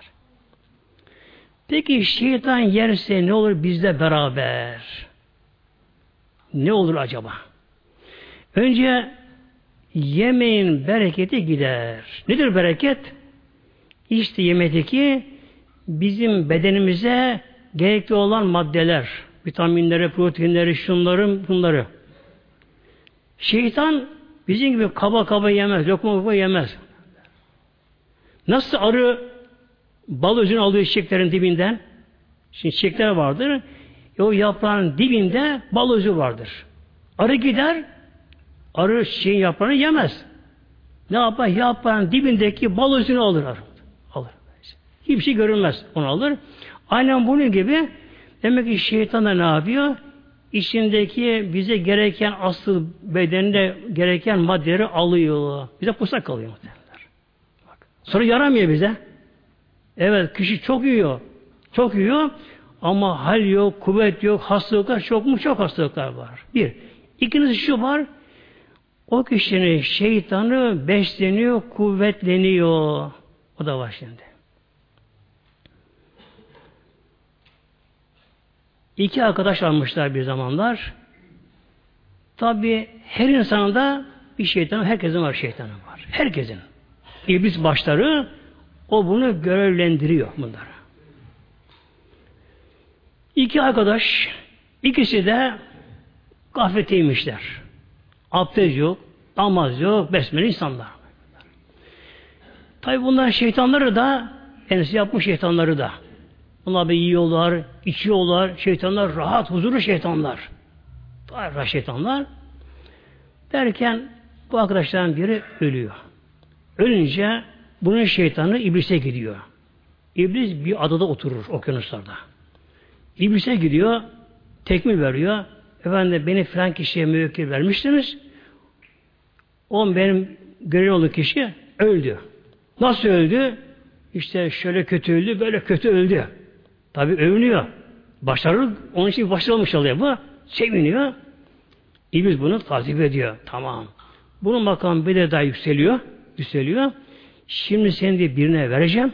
Peki şeytan yerse ne olur bizle beraber? Ne olur acaba? Önce yemeğin bereketi gider. Nedir bereket? İşte yemekteki bizim bedenimize gerekli olan maddeler, vitaminleri, proteinleri, şunları, bunları. Şeytan bizim gibi kaba kaba yemez, lokma lokma yemez. Nasıl arı bal özünü alıyor çiçeklerin dibinden? Şimdi çiçekler vardır. O yaprağın dibinde bal özü vardır. Arı gider, Arı çiçeğin yaprağını yemez. Ne yapar? Yaprağın dibindeki bal özünü alır. Alır. Hiçbir şey görünmez. Onu alır. Aynen bunun gibi demek ki şeytan da ne yapıyor? İçindeki bize gereken asıl bedeninde gereken maddeleri alıyor. Bize pusak kalıyor. Bak. Sonra yaramıyor bize. Evet, kişi çok yiyor. Çok yiyor ama hal yok, kuvvet yok, hastalıklar çok mu? Çok hastalıklar var. Bir. İkincisi şu var. O kişinin şeytanı besleniyor, kuvvetleniyor. O da var şimdi. İki arkadaş almışlar bir zamanlar. Tabi her insanda bir şeytan, herkesin var şeytanı var. Herkesin. İblis başları o bunu görevlendiriyor bunları. İki arkadaş, ikisi de gafletiymişler. Abdest yok, namaz yok, besmele insanlar. Tabi bunlar şeytanları da, kendisi yapmış şeytanları da. Bunlar bir yiyorlar, içiyorlar, şeytanlar rahat, huzurlu şeytanlar. Rahat şeytanlar. Derken bu arkadaşların biri ölüyor. Ölünce bunun şeytanı iblise gidiyor. İblis bir adada oturur okyanuslarda. İblise gidiyor, tekmil veriyor. Efendim beni filan kişiye müvekkil vermiştiniz. O benim görevli olduğu kişi öldü. Nasıl öldü? İşte şöyle kötü öldü, böyle kötü öldü. Tabi övünüyor. Başarılı, onun için başarılmış oluyor bu. Seviniyor. İblis bunu takip ediyor. Tamam. Bunun makamı bir de daha yükseliyor. Yükseliyor. Şimdi seni de birine vereceğim.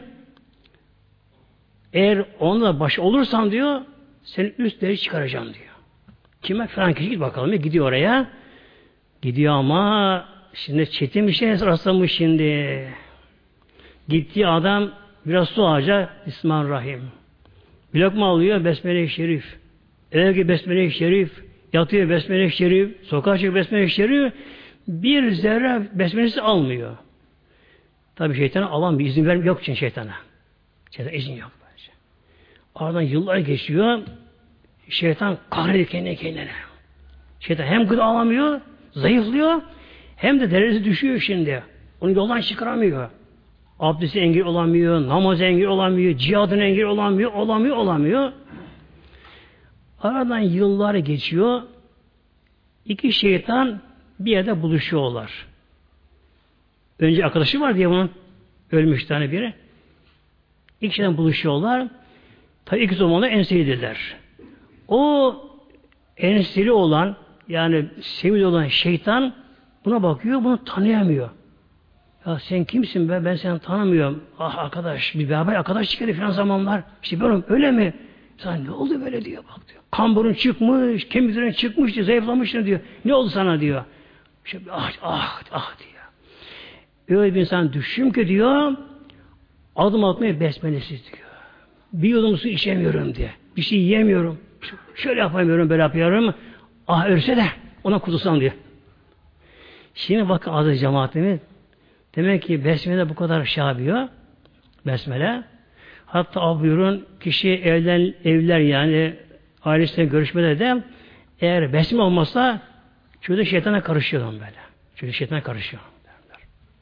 Eğer onunla baş olursan diyor, seni üstleri çıkaracağım diyor. Kime? Falan kişi git bakalım. Gidiyor oraya. Gidiyor ama şimdi çetin bir şey rastlamış şimdi. Gittiği adam biraz su ağaca Bismillahirrahmanirrahim. Bir lokma alıyor Besmele-i Şerif. Eve gibi Besmele-i Şerif. Yatıyor Besmele-i Şerif. Sokağa çıkıyor Besmele-i Şerif. Bir zerre Besmelesi almıyor. Tabi şeytana alan bir izin vermiyor. Yok için şeytana. Şeytana izin yok. Bence. Aradan yıllar geçiyor. Şeytan kahrediyor kendine kendine. Şeytan hem gıda alamıyor, zayıflıyor, hem de derecesi düşüyor şimdi. Onu yoldan çıkaramıyor. Abdesti engel olamıyor, namaz engel olamıyor, cihadın engel olamıyor, olamıyor, olamıyor. Aradan yıllar geçiyor. İki şeytan bir yerde buluşuyorlar. Önce arkadaşı var diye bunun ölmüş tane biri. İki şeytan buluşuyorlar. Tabii iki zamanla enseydiler. O enseli olan yani sevimli olan şeytan buna bakıyor, bunu tanıyamıyor. Ya sen kimsin be? Ben seni tanımıyorum. Ah arkadaş, bir beraber arkadaş çıkardı filan zamanlar. İşte ben öyle mi? Sana ne oldu böyle diyor bak diyor. Kamburun çıkmış, kemiklerin çıkmış diyor, zayıflamışsın diyor. Ne oldu sana diyor. İşte ah ah ah diyor. Öyle bir insan düşün ki diyor, adım atmaya besmelesiz diyor. Bir yudum su içemiyorum diye. Bir şey yiyemiyorum. Şöyle yapamıyorum, böyle yapıyorum. Ah ölse de ona kurtulsam diyor. Şimdi bakın aziz cemaatimiz. Demek ki besmele bu kadar şey yapıyor. Besmele. Hatta buyurun kişi evlen, evler yani ailesiyle görüşmede de eğer besmele olmazsa çocuk şeytana karışıyor böyle. Çocuk şeytana karışıyor. Derler.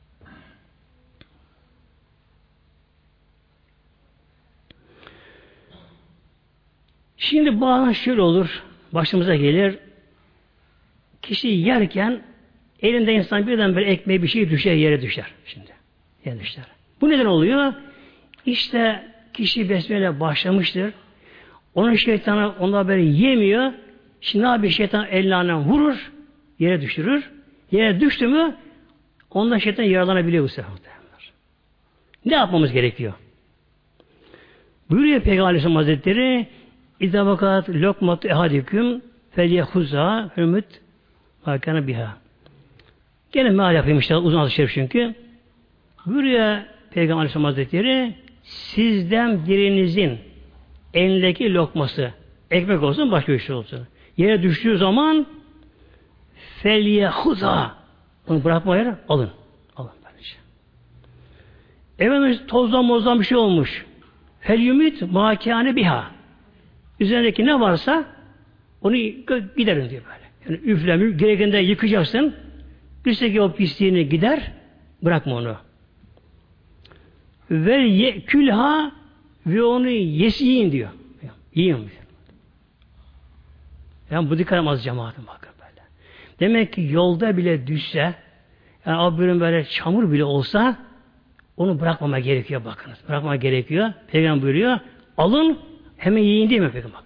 Şimdi bazen şöyle olur. Başımıza gelir. Kişi yerken elinde insan birden böyle ekmeği bir şey düşer, yere düşer. Şimdi. Yere düşer. Bu neden oluyor? İşte kişi besmele başlamıştır. Onun şeytanı ondan böyle yemiyor. Şimdi ne yapıyor? Şeytan eline vurur, yere düşürür. Yere düştü mü ondan şeytan yaralanabiliyor bu sefer. Ne yapmamız gerekiyor? Buyuruyor Peygamber Aleyhisselam Hazretleri İzâ vakat lokmat ehadiküm felyehuzâ hürmüt vâkâne biha. Gene meal yapayım işte uzun adı şerif çünkü. Buyuruyor Peygamber Aleyhisselam Hazretleri sizden birinizin elindeki lokması ekmek olsun başka bir şey olsun. Yere düştüğü zaman felyehuzâ onu bırakmayın alın. Alın bence. Efendim tozdan mozdan bir şey olmuş. Felyumit mâkâne biha. Üzerindeki ne varsa onu giderin diyor böyle. Yani üflemir, gerekende yıkacaksın. Üstteki o pisliğini gider, bırakma onu. Ve ye, külha ve onu yesi yiyin diyor. Yiyin diyor. Yani bu dikkat az cemaatim bakın böyle. Demek ki yolda bile düşse, yani abinin böyle çamur bile olsa, onu bırakmama gerekiyor bakınız. Bırakmama gerekiyor. Peygamber buyuruyor, alın hemen yiyin değil mi Peygamber?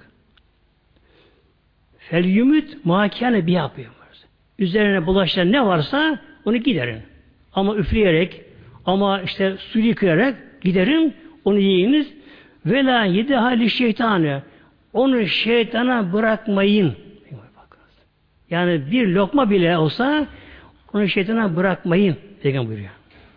Fel yumut makâne bir yapıyor. Üzerine bulaşan ne varsa onu giderin. Ama üfleyerek, ama işte su yıkayarak giderin, onu yiyiniz. Ve la yedehâli şeytanı, onu şeytana bırakmayın. Yani bir lokma bile olsa onu şeytana bırakmayın. Peygamber buyuruyor.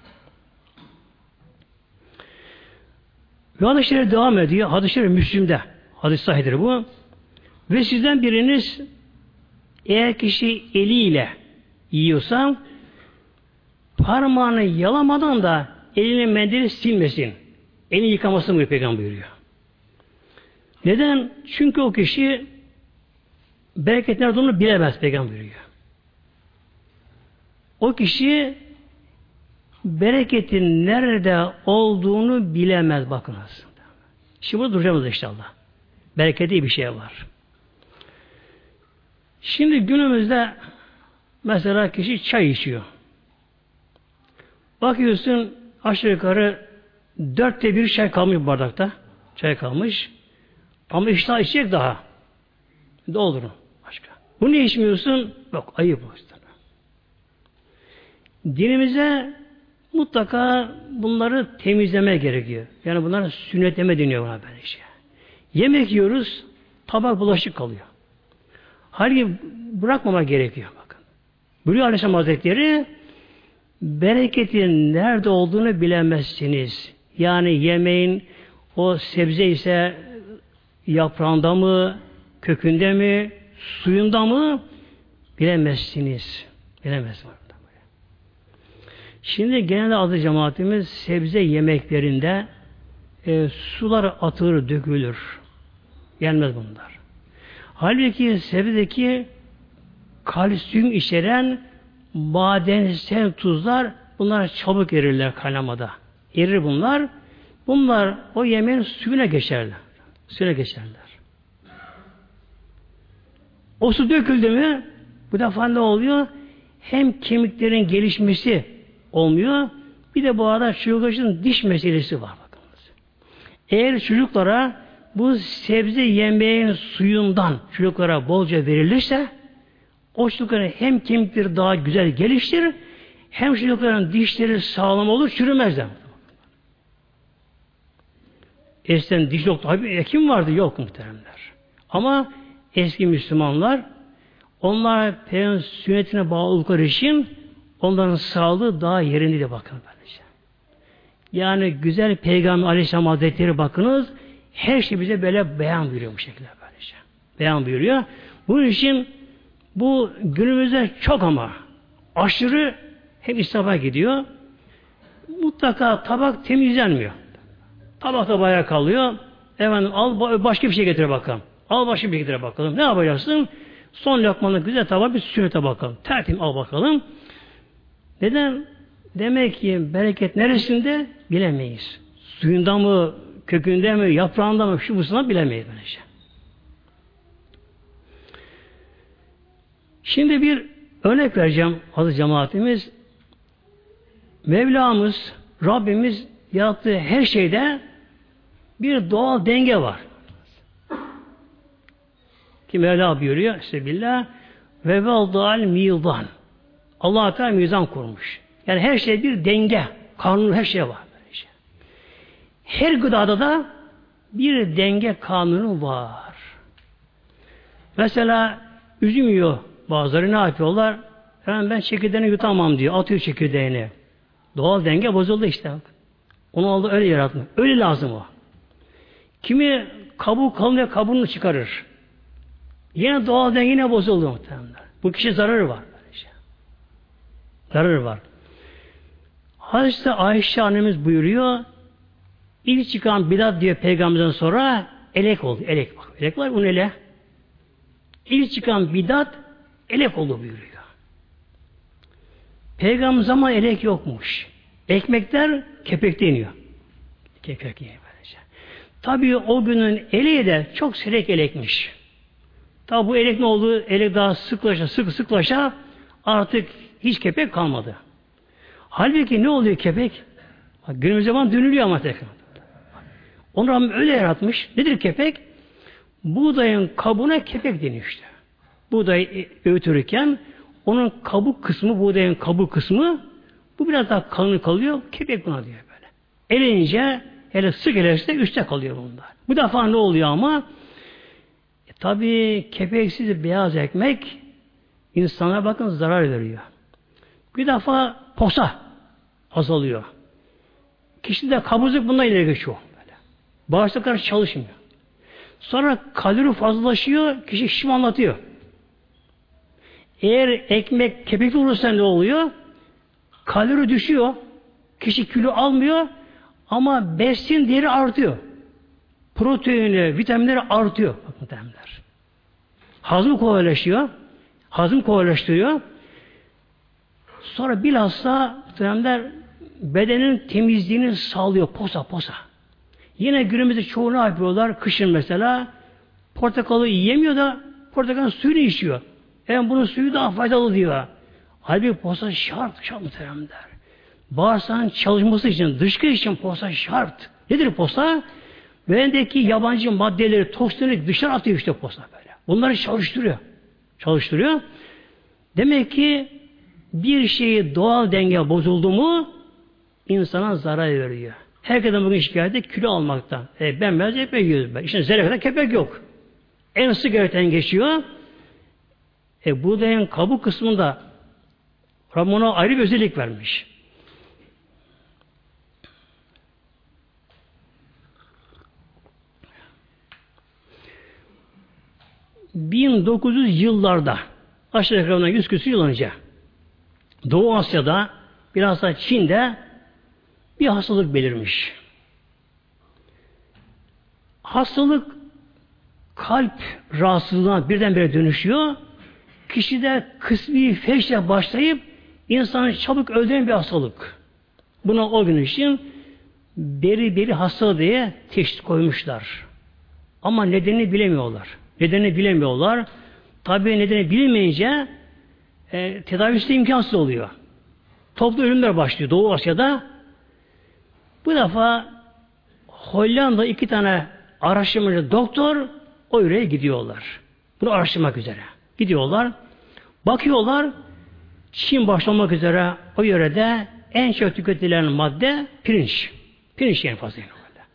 Ve hadis-i devam ediyor. Hadis-i Müslim'de. Hadis-i sahidir bu. Ve sizden biriniz eğer kişi eliyle yiyorsa parmağını yalamadan da elinin mendili silmesin. Elini yıkamasın diye Peygamber buyuruyor. Neden? Çünkü o kişi bereket nerede olduğunu bilemez Peygamber buyuruyor. O kişi bereketin nerede olduğunu bilemez bakınız. Şimdi burada duracağız inşallah. Bereketi bir şey var. Şimdi günümüzde mesela kişi çay içiyor. Bakıyorsun aşağı yukarı dörtte bir çay kalmış bardakta. Çay kalmış. Ama iştah içecek daha. Doldurun başka. Bunu niye içmiyorsun? Yok ayıp o yüzden. Dinimize mutlaka bunları temizleme gerekiyor. Yani bunlara sünnetleme deniyor buna böyle şey. Yemek yiyoruz, tabak bulaşık kalıyor. Halbuki bırakmama gerekiyor bakın. Buyuruyor Aleyhisselam Hazretleri, bereketin nerede olduğunu bilemezsiniz. Yani yemeğin o sebze ise yaprağında mı, kökünde mi, suyunda mı bilemezsiniz. Bilemezsiniz. Şimdi genelde azı cemaatimiz sebze yemeklerinde e, sular atılır, dökülür. Gelmez bunlar. Halbuki sebzedeki kalsiyum içeren madensel tuzlar bunlar çabuk erirler kaynamada. Erir bunlar. Bunlar o yemeğin suyuna geçerler. Suyuna geçerler. O su döküldü mü bu defa ne oluyor? Hem kemiklerin gelişmesi olmuyor. Bir de bu arada çocukların diş meselesi var bakınız. Eğer çocuklara bu sebze yemeğin suyundan çocuklara bolca verilirse o çocukların hem kemikleri daha güzel geliştirir hem çocukların dişleri sağlam olur, çürümezler. Eskiden diş doktoru, hekim vardı, yok muhteremler. Ama eski Müslümanlar onlar Peygamber sünnetine bağlı oldukları için onların sağlığı daha yerindeydi bakın böylece. Yani güzel Peygamber Aleyhisselam Hazretleri bakınız her şey bize böyle beyan buyuruyor bu şekilde böylece. Beyan buyuruyor. Bunun için bu günümüzde çok ama aşırı hep israfa gidiyor. Mutlaka tabak temizlenmiyor. Tabak da bayağı kalıyor. Efendim al başka bir şey getir bakalım. Al başka bir şey getir bakalım. Ne yapacaksın? Son lokmanın güzel tabağı bir sünnete bakalım. Tertemiz al bakalım. Neden? Demek ki bereket neresinde? Bilemeyiz. Suyunda mı, kökünde mi, yaprağında mı, şu busuna bilemeyiz böylece. Şimdi bir örnek vereceğim aziz cemaatimiz. Mevlamız, Rabbimiz yarattığı her şeyde bir doğal denge var. Ki Mevla buyuruyor, Estağfirullah, ve veldâ'l mîzân. Allah-u Teala mizan kurmuş. Yani her şey bir denge, kanun her şey var. Böylece. Her gıdada da bir denge kanunu var. Mesela üzüm yiyor bazıları, ne yapıyorlar? Yani ben çekirdeğini yutamam diyor, atıyor çekirdeğini. Doğal denge bozuldu işte. Onu aldı öyle yaratmış. Öyle lazım o. Kimi kabuğu kalın ve kabuğunu çıkarır. Yine doğal denge yine bozuldu muhtemelen. Bu kişi zararı var. Böylece. Zararı var. Hazreti Ayşe annemiz buyuruyor, ilk çıkan bidat diyor Peygamberden sonra elek oldu. Elek bak. Elek var bunun ele. İlk çıkan bidat elek oldu buyuruyor. Peygamber zaman elek yokmuş. Ekmekler kepekte iniyor. Kepek yiyor böylece. Tabii o günün eleği de çok serek elekmiş. Tabii bu elek ne oldu? Elek daha sıklaşa, sık sıklaşa artık hiç kepek kalmadı. Halbuki ne oluyor kepek? Bak, günümüz zaman dönülüyor ama tekrar. Onu Rabbim öyle yaratmış. Nedir kepek? Buğdayın kabuğuna kepek deniyor işte. Buğdayı öğütürken onun kabuk kısmı, buğdayın kabuk kısmı bu biraz daha kalın kalıyor. Kepek buna diyor böyle. Eleyince hele sık elerse üstte kalıyor bunlar. Bu defa ne oluyor ama? E, tabii kepeksiz beyaz ekmek insana bakın zarar veriyor. Bir defa posa azalıyor. Kişide kabızlık bundan ileri geçiyor. Böyle. Bağırsaklar çalışmıyor. Sonra kalori fazlalaşıyor, kişi şişmanlatıyor. Eğer ekmek kepekli olursa ne oluyor? Kalori düşüyor, kişi kilo almıyor ama besin değeri artıyor. Proteini, vitaminleri artıyor. Bakın demler. Hazmı kolaylaşıyor, hazım kolaylaştırıyor. Sonra bilhassa demler bedenin temizliğini sağlıyor, posa posa. Yine günümüzde çoğu ne yapıyorlar? Kışın mesela portakalı yiyemiyor da portakalın suyunu içiyor. Yani bunun suyu daha faydalı diyor. Halbuki posa şart, şart muhteremler. Bağırsağın çalışması için, dışkı için posa şart. Nedir posa? Bedendeki yabancı maddeleri, toksinleri dışarı atıyor işte posa böyle. Bunları çalıştırıyor. Çalıştırıyor. Demek ki bir şeyi doğal denge bozuldu mu insana zarar veriyor. Herkesten bugün şikayet et kilo almaktan. E ben biraz epey yiyoruz ben. İşte zerre kadar kepek yok. En sık öğreten geçiyor. E buğdayın kabuk kısmında Rabbim ona ayrı bir özellik vermiş. bin dokuz yüz yıllarda aşağı yukarı yüz küsur yıl önce Doğu Asya'da biraz da Çin'de bir hastalık belirmiş. Hastalık kalp rahatsızlığına birdenbire dönüşüyor. Kişide kısmi felçle başlayıp insanı çabuk öldüren bir hastalık. Buna o gün için beri beri hastalığı diye teşhis koymuşlar. Ama nedenini bilemiyorlar. Nedenini bilemiyorlar. Tabii nedeni bilinmeyince e, tedavisi de imkansız oluyor. Toplu ölümler başlıyor Doğu Asya'da. Bu defa Hollanda iki tane araştırmacı doktor o yöreye gidiyorlar. Bunu araştırmak üzere. Gidiyorlar. Bakıyorlar Çin başlamak üzere o yörede en çok tüketilen madde pirinç. Pirinç en fazla.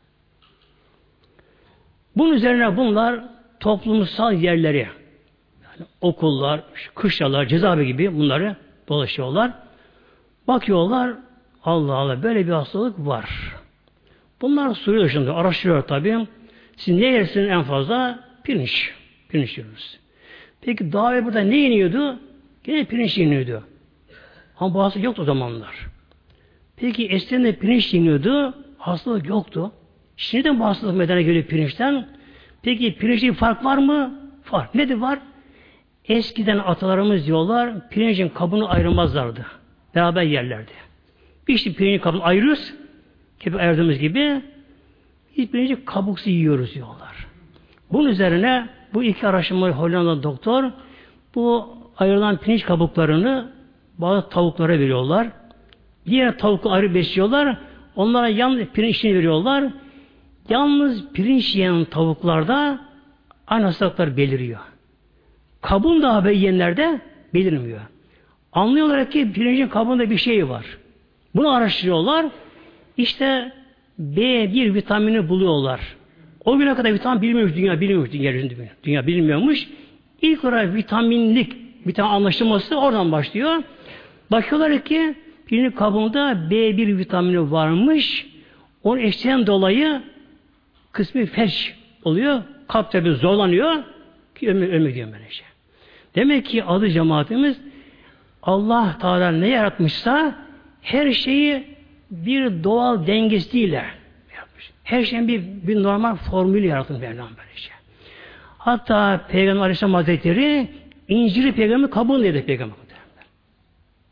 Bunun üzerine bunlar toplumsal yerleri yani okullar, kışlalar, cezaevi gibi bunları dolaşıyorlar. Bakıyorlar Allah Allah böyle bir hastalık var. Bunlar soruyor şimdi araştırıyor tabii. Siz ne yersiniz en fazla? Pirinç. Pirinç yiyoruz. Peki daha evvel burada ne yeniyordu? Yine pirinç yeniyordu. Ama bu hastalık yoktu o zamanlar. Peki eskiden de pirinç yeniyordu. Hastalık yoktu. Şimdiden bu hastalık meydana geliyor pirinçten. Peki pirinçte fark var mı? Fark. Nedir var? Eskiden atalarımız diyorlar pirincin kabını ayırmazlardı. Beraber yerlerdi. Biz işte pirincin kabını ayırıyoruz. Kepek ayırdığımız gibi biz pirinci kabuksuz yiyoruz diyorlar. Bunun üzerine bu iki araştırmayı Hollanda doktor bu ayrılan pirinç kabuklarını bazı tavuklara veriyorlar. Diğer tavukları ayrı besliyorlar. Onlara yalnız pirinçini veriyorlar. Yalnız pirinç yiyen tavuklarda aynı hastalıklar beliriyor. Kabuğun da haber yiyenlerde belirmiyor. Anlıyorlar ki pirincin kabuğunda bir şey var. Bunu araştırıyorlar. İşte B bir vitamini buluyorlar. O güne kadar vitamin bilmiyormuş, dünya bilmiyormuş, dünya, dünya bilmiyormuş. İlk olarak vitaminlik, vitamin anlaşılması oradan başlıyor. Bakıyorlar ki pirincin kabuğunda B bir vitamini varmış. Onun eşiğinden dolayı kısmi felç oluyor. Kalp tabi zorlanıyor ki ömür, ömür diyor böylece. Demek ki adı cemaatimiz Allah Teala ne yaratmışsa her şeyi bir doğal dengesiyle yapmış. Her şeyin bir, bir normal formülü yaratmış Mevlam böylece. Hatta Peygamber Aleyhisselam Hazretleri İncil'i Peygamber kabuğunu dedi Peygamber.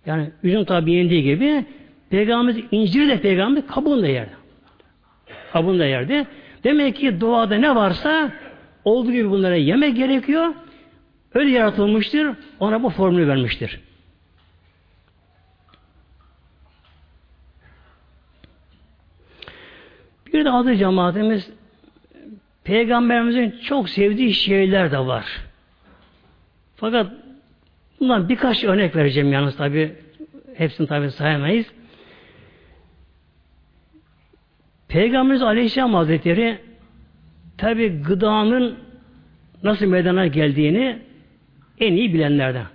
Yani üzüm tabi yendiği gibi Peygamberimiz inciri de Peygamber kabuğunu da yerdi. Kabuğunu da yerdi. Demek ki doğada ne varsa olduğu gibi bunlara yemek gerekiyor. Öyle yaratılmıştır. Ona bu formülü vermiştir. Bir de adı cemaatimiz Peygamberimizin çok sevdiği şeyler de var. Fakat bundan birkaç örnek vereceğim yalnız tabi. Hepsini tabi sayamayız. Peygamberimiz Aleyhisselam Hazretleri tabi gıdanın nasıl meydana geldiğini en iyi bilenlerden.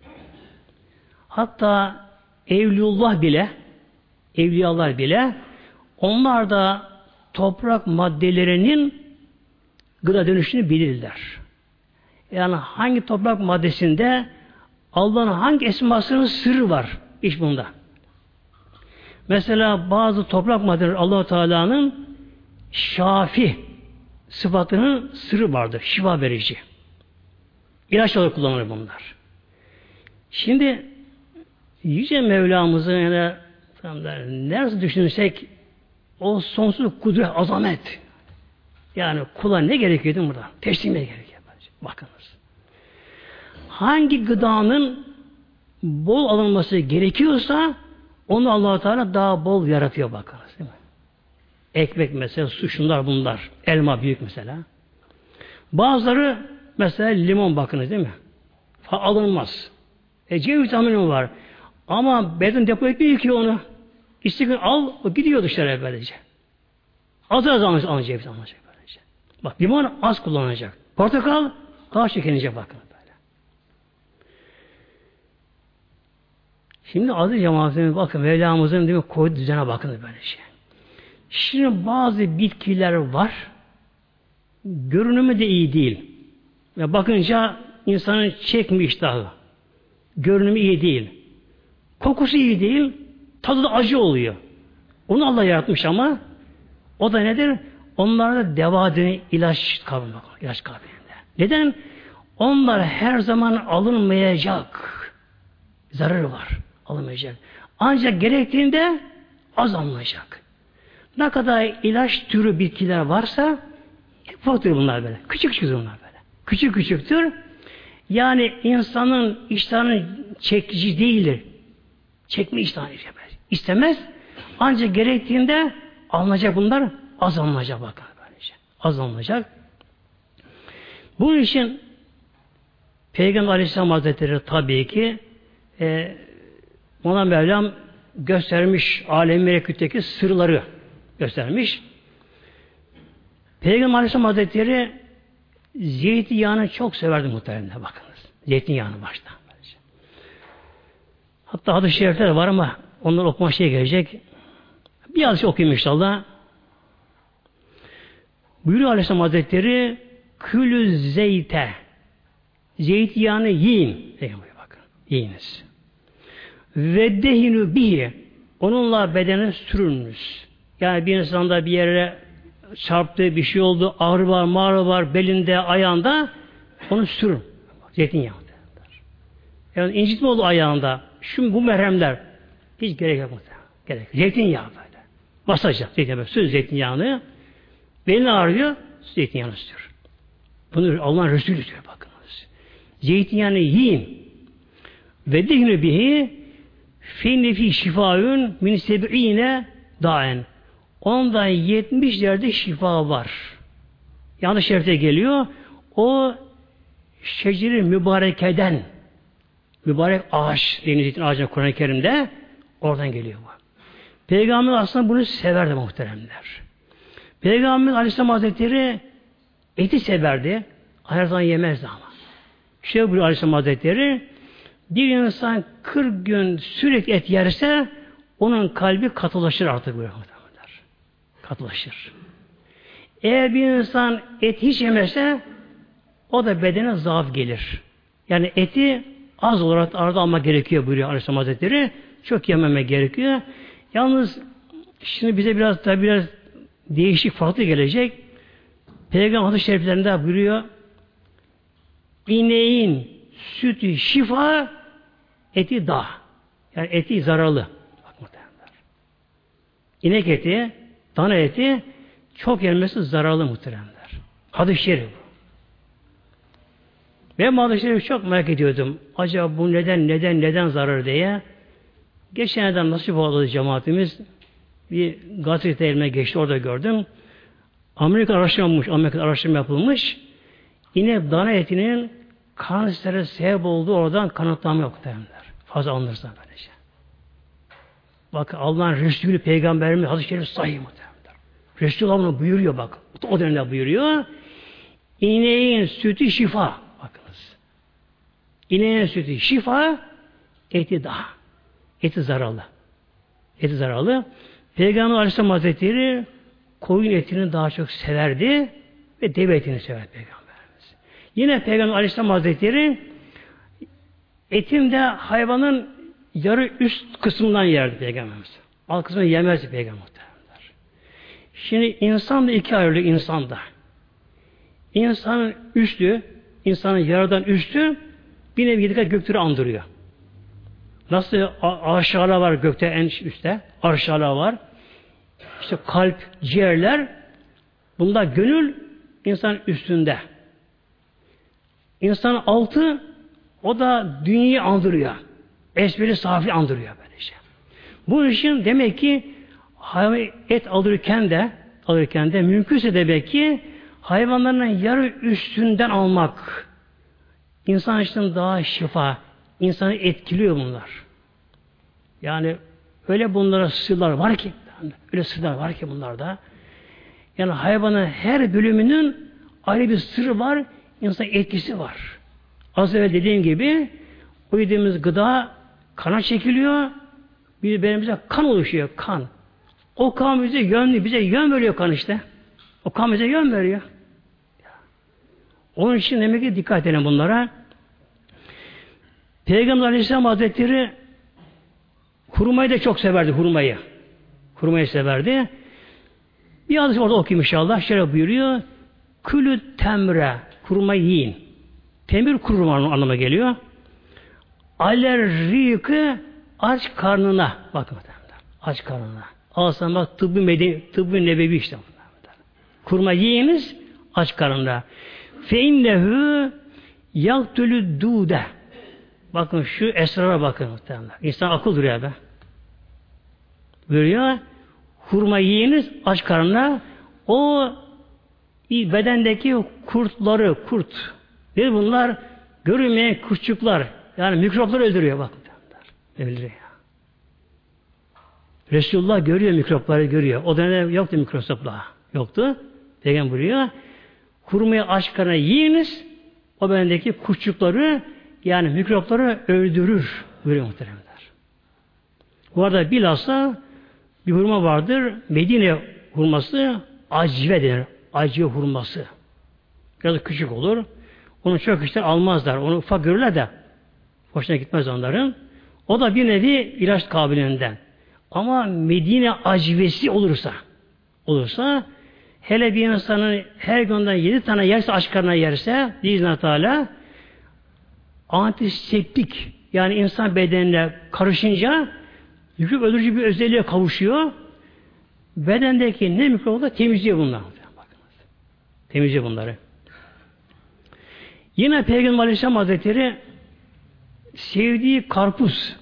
Hatta Evliullah bile Evliyalar bile onlar da toprak maddelerinin gıda dönüşünü bilirler. Yani hangi toprak maddesinde Allah'ın hangi esmasının sırrı var iş bunda. Mesela bazı toprak maddeleri Allah-u Teala'nın şafi sıfatının sırrı vardır. Şifa verici. İlaç olarak kullanılır bunlar. Şimdi Yüce Mevlamızın yani neresi düşünürsek o sonsuz kudret, azamet. Yani kula ne gerekiyordu burada? Teslimiyet gerekiyor. Bakınız. Hangi gıdanın bol alınması gerekiyorsa onu Allah-u Teala daha bol yaratıyor bakınız. Değil mi? Ekmek mesela, su, şunlar bunlar. Elma büyük mesela. Bazıları mesela limon bakınız değil mi? Alınmaz. E C vitamini var. Ama beden depo etmiyor ki onu. İstiklal al, o gidiyor dışarıya böylece. Az az alınacak, alınacak, alınacak böylece. Bak limon az kullanacak. Portakal daha çekilecek bakın böyle. Şimdi aziz cemaatimiz bakın Mevlamızın değil mi, koyduğu düzene bakın böylece. Şimdi bazı bitkiler var. Görünümü de iyi değil. Ve bakınca insanın çekmiyor iştahı. Görünümü iyi değil. Kokusu iyi değil. Tadı da acı oluyor. Onu Allah yaratmış ama o da nedir? Onlarda deva denen ilaç kavramı, ilaç kavramında. Neden? Onlar her zaman alınmayacak. Zararı var. Alınmayacak. Ancak gerektiğinde az alınacak. Ne kadar ilaç türü bitkiler varsa ufak bunlar böyle. Küçük küçük bunlar böyle. Küçük küçüktür. Yani insanın iştahının çekici değildir. Çekme iştahını istemez. Ancak gerektiğinde alınacak bunlar, az alınacak bakın böylece. Az alınacak. Bunun için Peygamber Aleyhisselam Hazretleri tabii ki e, ona Mevlam göstermiş alem-i melekütteki sırları göstermiş. Peygamber Aleyhisselam Hazretleri zeytinyağını çok severdi muhtemelen bakınız. Zeytinyağını başta. Böylece. Hatta hadis-i şerifler var ama onları okuma şey gelecek. Bir hadis okuyayım inşallah. Buyuruyor Aleyhisselam Hazretleri külü zeyte zeytinyağını yiyin. Bakın. Yiyiniz. Ve dehinu bihi onunla bedene sürünüz. Yani bir insanda bir yere çarptığı bir şey oldu, ağrı var, mağrı var, belinde, ayağında onu sürün. Zeytinyağı. Yani incitme oldu ayağında. Şu bu merhemler hiç gerek yok. Gerek. Zeytinyağı böyle. Basacak. Zeytinyağı. Sür zeytinyağını. Belini ağrıyor. Zeytinyağını sür. Bunu Allah'ın Resulü diyor bakınız. Zeytinyağını yiyin. Ve dihne bihi fi nefi şifaun min seb'ine daen. Ondan yetmiş yerde şifa var. Yanlış şerifte geliyor. O şeceri mübarekeden mübarek ağaç denizin ağacına Kur'an-ı Kerim'de oradan geliyor bu. Peygamber aslında bunu severdi muhteremler. Peygamber Aleyhisselam Hazretleri eti severdi. Her zaman yemezdi ama. Şöyle buyuruyor Aleyhisselam Hazretleri bir insan kırk gün sürekli et yerse onun kalbi katılaşır artık böyle. Katılaşır. Eğer bir insan et hiç yemezse o da bedene zaaf gelir. Yani eti az olarak arada almak gerekiyor buyuruyor Aleyhisselam Hazretleri. Çok yememe gerekiyor. Yalnız şimdi bize biraz da biraz değişik farklı gelecek. Peygamber hadis-i şeriflerinde buyuruyor ineğin sütü şifa eti dağ. Yani eti zararlı. Bak muhtemelenler. İnek eti, dana eti çok yenmesi zararlı muhtemelenler. Hadis-i şerif bu. Ben bu hadis-i şerifi çok merak ediyordum. Acaba bu neden, neden, neden zarar diye. Geçenlerden nasip oldu cemaatimiz. Bir gazete elime geçti, orada gördüm. Amerika araştırma yapılmış, Amerika araştırma yapılmış. İnek dana etinin kansere sebep olduğu oradan kanıtlama yok derler. Fazla anlarsa böylece. Bak Allah'ın Resulü Peygamberimiz hadis-i şerif sahih muhtemelen. Resulullah bunu buyuruyor bak. O dönemde buyuruyor. İneğin sütü şifa. Bakınız. İneğin sütü şifa, eti daha. Eti zararlı. Eti zararlı. Peygamber Aleyhisselam Hazretleri koyun etini daha çok severdi ve deve etini sever Peygamberimiz. Yine Peygamber Aleyhisselam Hazretleri etin de hayvanın yarı üst kısmından yerdi Peygamberimiz. Alt kısmını yemezdi Peygamber. Şimdi insan da iki ayrılıyor insanda. İnsanın üstü, insanın yaradan üstü bir nevi yedika gökleri andırıyor. Nasıl aşağılar var gökte en üstte, aşağılar var. İşte kalp, ciğerler, bunda gönül insanın üstünde. İnsanın altı, o da dünyayı andırıyor. Esberi safi andırıyor böylece. Bu işin demek ki hayvan et alırken de alırken de mümkünse demek ki hayvanların yarı üstünden almak insan için daha şifa, insanı etkiliyor bunlar. Yani öyle bunlara sırlar var ki öyle sırlar var ki bunlarda. Yani hayvanın her bölümünün ayrı bir sırrı var, insan etkisi var. Az evvel dediğim gibi o yediğimiz gıda kana çekiliyor, bir benimize kan oluşuyor, kan. O kan bize yön, bize yön veriyor kan işte. O kan bize yön veriyor. Onun için demek ki dikkat edelim bunlara. Peygamber Aleyhisselam Hazretleri hurmayı da çok severdi, hurmayı. Hurmayı severdi. Bir hadis orada okuyayım inşallah. Şöyle buyuruyor. Külü temre, hurmayı yiyin. Temir kurma anlamına geliyor. Alerrikı aç karnına. Bakın aç karnına. Alsan bak tıbbı medeni, tıbbı nebevi işte. Kurma yiyiniz aç karnına. Fe innehu yaktülü dude. Bakın şu esrara bakın muhtemelen. İnsan akıl duruyor be. Buyuruyor. Hurma yiyiniz aç karnına. O bedendeki kurtları, kurt. Ve bunlar görünmeyen kurtçuklar. Yani mikropları öldürüyor bakın. Öldürüyor. Resulullah görüyor mikropları görüyor. O dönemde yoktu mikroplar. Yoktu. Peygamber buyuruyor. Hurmayı aç karnına yiyiniz. O bedendeki kurtçukları yani mikropları öldürür. Buyuruyor muhteremler. Bu arada bilhassa bir hurma vardır. Medine hurması acve denir. Acve hurması. Biraz küçük olur. Onu çok işte almazlar. Onu ufak görürler de hoşuna gitmez onların. O da bir nevi ilaç kabiliğinden. Ama Medine acvesi olursa olursa hele bir insanın her günden yedi tane yerse aç karnına yerse biiznillahü teala antiseptik yani insan bedenine karışınca mikrop öldürücü bir özelliğe kavuşuyor. Bedendeki ne mikrobu da temizliyor bunlar. Bakınız. Temizliyor bunları. Yine Peygamber Aleyhisselam Hazretleri sevdiği karpuz.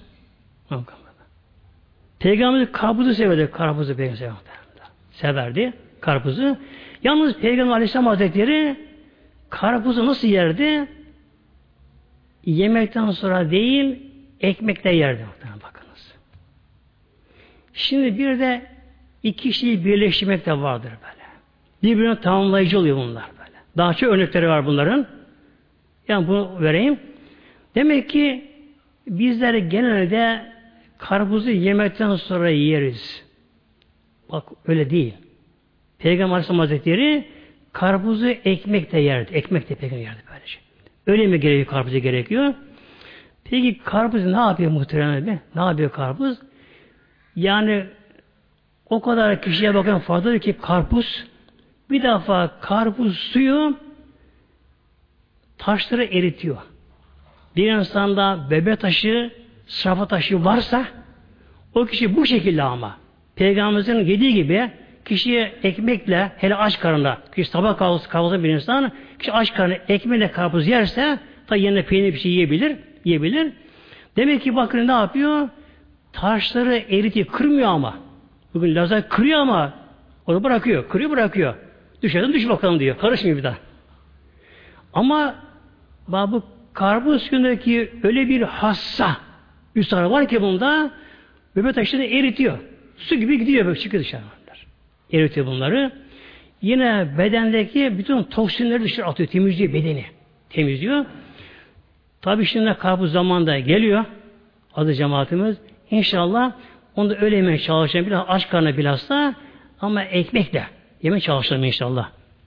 Peygamber karpuzu severdi. Karpuzu Peygamber severdi. Severdi karpuzu. Yalnız Peygamber Aleyhisselam Hazretleri karpuzu nasıl yerdi? Yemekten sonra değil, ekmekle yerdi. Bakınız. Şimdi bir de iki şeyi birleştirmek de vardır böyle. Birbirine tamamlayıcı oluyor bunlar böyle. Daha çok örnekleri var bunların. Yani bunu vereyim. Demek ki bizler genelde karpuzu yemekten sonra yeriz. Bak öyle değil. Peygamber Aleyhisselam Hazretleri karpuzu ekmek de yerdi. Ekmek de peygamber yerdi böylece. Öyle mi gerekiyor karpuzu gerekiyor? Peki karpuz ne yapıyor muhtemelen be? Ne yapıyor karpuz? Yani o kadar kişiye bakın fazladır ki karpuz bir defa karpuz suyu taşları eritiyor. Bir insanda bebe taşı safra taşı varsa o kişi bu şekilde ama Peygamberimizin yediği gibi kişiye ekmekle hele aç karnına kişi sabah kahvaltısı kahvaltı bir insan kişi aç karnına ekmekle karpuz yerse da yerine peynir bir şey yiyebilir. Yiyebilir. Demek ki bakın ne yapıyor? Taşları eritiyor. Kırmıyor ama. Bugün lazer kırıyor ama onu bırakıyor. Kırıyor bırakıyor. Düşerden düş bakalım diyor. Karışmıyor bir daha. Ama bu karpuz suyundaki öyle bir hassa üstara var ki bunda böbrek taşlarını eritiyor. Su gibi gidiyor böyle çıkıyor dışarı. Eritiyor bunları. Yine bedendeki bütün toksinleri dışarı atıyor. Temizliyor bedeni. Temizliyor. Tabi şimdi karpuz zamanında geliyor. Adı cemaatimiz. İnşallah onu da öyle yemeye çalışacağım. Biraz aç karnına bilhassa ama ekmekle yemeye çalışalım inşallah.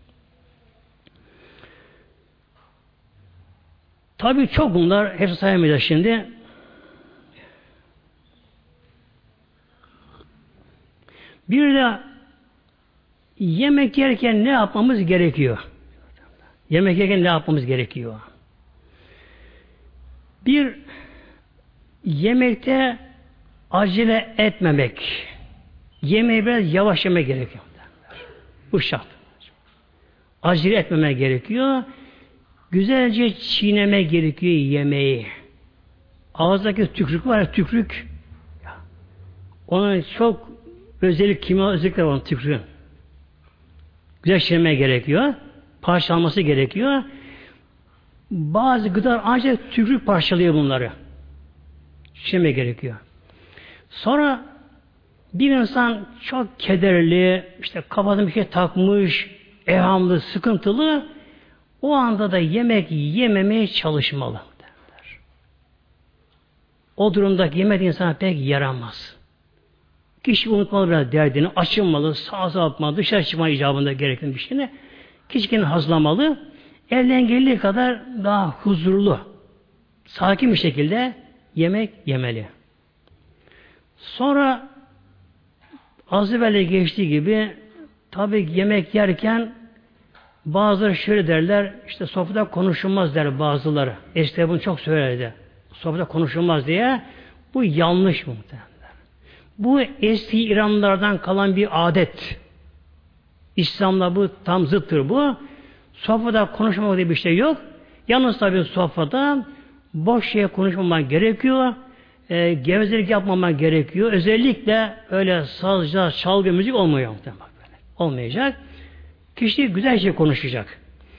Tabi çok bunlar. Hepsi sayamayacağız şimdi. Bir de yemek yerken ne yapmamız gerekiyor? Yemek yerken ne yapmamız gerekiyor? Bir, yemekte acele etmemek. Yemeği biraz yavaş yemek gerekiyor. Bu şart. Acele etmemek gerekiyor. Güzelce çiğneme gerekiyor yemeği. Ağızdaki tükrük var ya, tükrük. Onun çok özellik, kimya özellikleri var tükrüğün. Güzel çiğneme gerekiyor. Parçalanması gerekiyor. Bazı gıdalar ancak tükrük parçalıyor bunları. Çiğneme gerekiyor. Sonra bir insan çok kederli, işte kafasına bir şey takmış, evhamlı, sıkıntılı, o anda da yemek yememeye çalışmalı. Derler. O durumdaki yemek insana pek yaramaz. Kişi unutmalı biraz derdini, açılmalı, sağa sağa atmalı, dışarı çıkma icabında gereken bir şeyini. Kişi kendini hazlamalı, elden geldiği kadar daha huzurlu, sakin bir şekilde yemek yemeli. Sonra az evvel geçtiği gibi tabi yemek yerken bazıları şöyle derler, işte sofrada konuşulmaz der bazıları. Eskiden bunu çok söylerdi. Sofrada konuşulmaz diye. Bu yanlış muhtemelen. Bu eski İranlılardan kalan bir adet. İslam'la bu tam zıttır bu. Sofrada konuşmamak diye bir şey yok. Yalnız tabi sofrada boş şeye konuşmamak gerekiyor. E, gevezelik yapmamak gerekiyor. Özellikle öyle sazca, çalgı, müzik olmuyor. Bak böyle. Olmayacak. Kişi güzel şey konuşacak.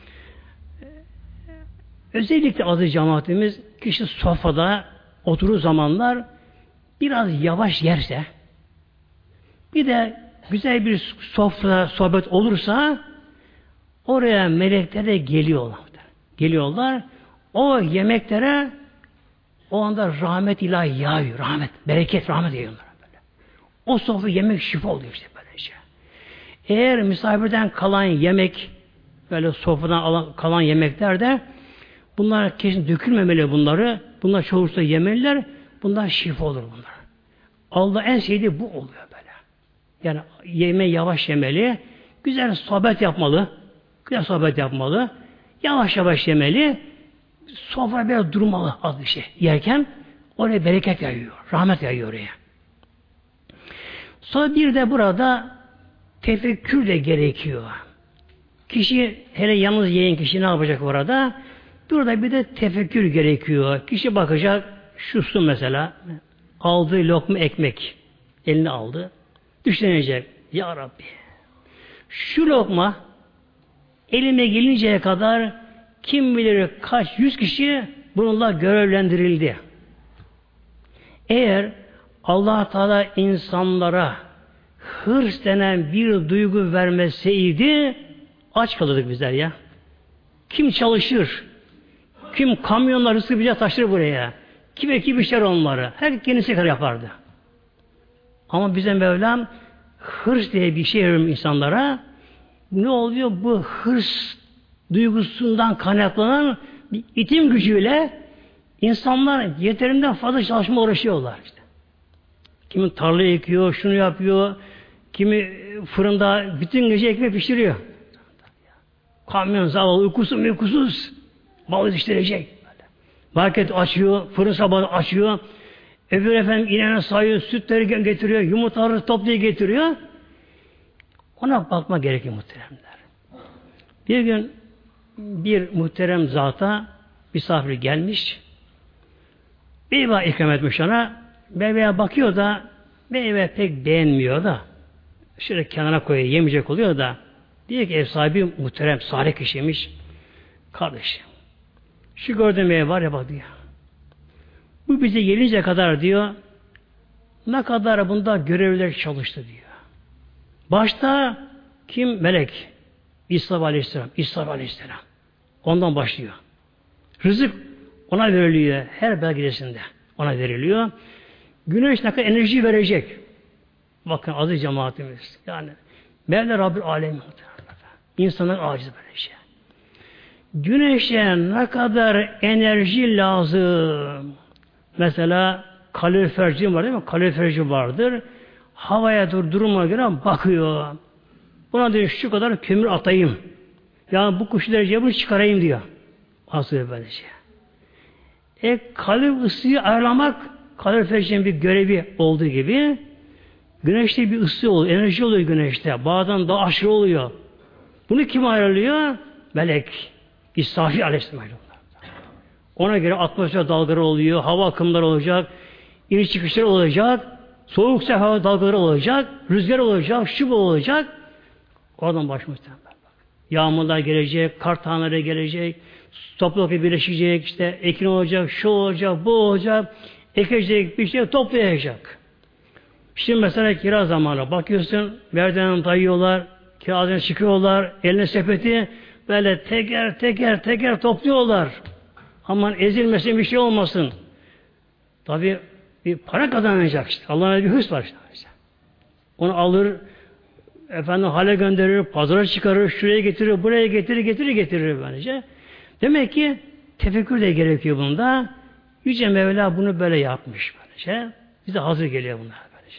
Özellikle azı cemaatimiz kişi sofrada oturur zamanlar biraz yavaş yerse bir de güzel bir sofra sohbet olursa oraya melekler de geliyorlar. Geliyorlar. O yemeklere o anda rahmet ilahi yağıyor. Rahmet, bereket, rahmet yağıyorlar böyle. O sofra yemek şifa oluyor işte böylece. Eğer misafirden kalan yemek böyle sofradan kalan yemekler de bunlar kesin dökülmemeli bunları. Bunlar çoğursa yemeliler. Bunlar şifa olur bunlar. Allah en sevdiği bu oluyor böyle. Yani yemeği yavaş yemeli. Güzel sohbet yapmalı. Güzel sohbet yapmalı. Yavaş yavaş yemeli. Sofra biraz durmalı az bir şey. Yerken oraya bereket yayıyor. Rahmet yayıyor oraya. Sonra bir de burada tefekkür de gerekiyor. Kişi hele yalnız yiyen kişi ne yapacak orada? Burada bir de tefekkür gerekiyor. Kişi bakacak şu su mesela aldığı lokma ekmek eline aldı. Düşünecek. Ya Rabbi şu lokma elime gelinceye kadar kim bilir kaç yüz kişi bununla görevlendirildi. Eğer Allah Teala insanlara hırs denen bir duygu vermeseydi aç kalırdık bizler ya. Kim çalışır? Kim kamyonla rızkı bize taşır buraya? Kim ekip işler onları? Her kendisi kadar yapardı. Ama bize Mevlam hırs diye bir şey veriyor insanlara. Ne oluyor? Bu hırs duygusundan kaynaklanan bir itim gücüyle insanlar yeterinden fazla çalışma uğraşıyorlar işte. Kimi tarla ekiyor, şunu yapıyor, kimi fırında bütün gece ekmek pişiriyor. Kamyon zavallı uykusuz uykusuz bal yetiştirecek. Market açıyor, fırın sabahı açıyor, Öbür efendim inene sayıyor, sütleri getiriyor, yumurtaları toplayıp getiriyor. Ona bakma gerekiyor muhteremler. Bir gün bir muhterem zata misafir gelmiş. Meyve ikram etmiş ona. Meyveye bakıyor da meyve pek beğenmiyor da şöyle kenara koyuyor, yemeyecek oluyor da diyor ki ev sahibi muhterem, salih kişiymiş. Kardeşim, şu gördüğüm meyve var ya bak diyor. Bu bize gelince kadar diyor, ne kadar bunda görevliler çalıştı diyor. Başta kim? Melek. İsa Aleyhisselam. İsa Aleyhisselam. Ondan başlıyor. Rızık ona veriliyor. Her belgesinde ona veriliyor. Güneş ne kadar enerji verecek. Bakın aziz cemaatimiz. Yani Mevla Rabbül Alemin. İnsanın aciz böyle şey. Güneşe ne kadar enerji lazım. Mesela kaloriferci var değil mi? Kaloriferci vardır. Havaya dur duruma göre bakıyor. Buna diyor şu kadar kömür atayım. Yani bu kuş dereceye bunu çıkarayım diyor. Asıl böylece. E kalori ısıyı ayarlamak kalorifercinin bir görevi olduğu gibi güneşte bir ısı oluyor, enerji oluyor güneşte. Bazen daha aşırı oluyor. Bunu kim ayarlıyor? Melek. İsrail Aleyhisselam. Ona göre atmosfer dalgaları oluyor, hava akımları olacak, iniş çıkışları olacak, soğuk hava dalgaları olacak, rüzgar olacak, şu bu olacak. Oradan başlayacak. Yağmurlar gelecek, kar tanrıları gelecek, toprakla birleşecek, işte ekin olacak, şu olacak, bu olacak, ekecek, bir şey toplayacak. Şimdi mesela kira zamanı bakıyorsun, merdivenden dayıyorlar, kiradan çıkıyorlar, eline sepeti böyle teker teker teker topluyorlar. Aman ezilmesin, bir şey olmasın. Tabi bir para kazanacak işte. Allah'ın bir hırs var işte. Onu alır, efendim hale gönderir, pazara çıkarır, şuraya getirir, buraya getirir, getirir, getirir bence. Demek ki tefekkür de gerekiyor bunda. Yüce Mevla bunu böyle yapmış bence. Bize hazır geliyor bunlar bence.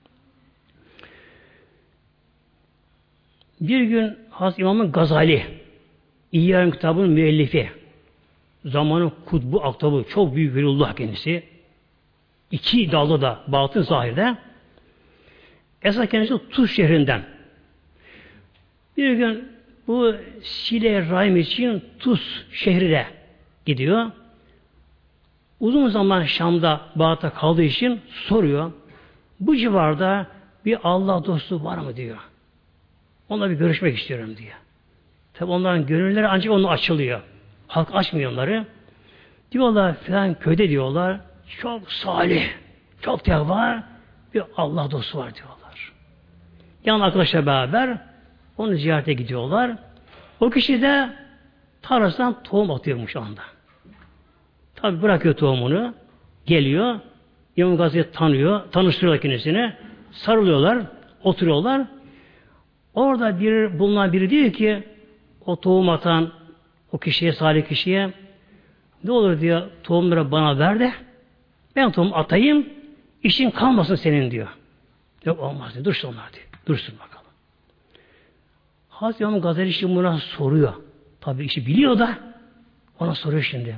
Bir gün Hazreti İmam Gazali, İhya'nın kitabının müellifi, zamanın kutbu aktabı, çok büyük velullah kendisi. İki dalda da batın zahirde. Esas kendisi Tuz şehrinden. Bir gün bu Sile Rahim için Tuz şehrine gidiyor. Uzun zaman Şam'da Bağdat'ta kaldığı için soruyor. Bu civarda bir Allah dostu var mı diyor. Onunla bir görüşmek istiyorum diyor. Tabi onların gönülleri ancak onu açılıyor. Halk açmıyor onları. Diyorlar filan köyde diyorlar çok salih, çok tekva bir Allah dostu var diyorlar. Yan arkadaşlar beraber onu ziyarete gidiyorlar. O kişi de tarlasından tohum atıyormuş anda. Tabi bırakıyor tohumunu, geliyor, İmam Gazali'yi tanıyor, tanıştırıyorlar kendisini, sarılıyorlar, oturuyorlar. Orada bir bulunan biri diyor ki, o tohum atan o kişiye, salih kişiye, ne olur diyor, tohumları bana ver de, ben tohum atayım, işin kalmasın senin diyor. Yok olmaz diyor, dursun onlar diyor, dursun bakalım. Hazreti İmam Gazali şimdi buna soruyor. Tabi işi biliyor da, ona soruyor şimdi.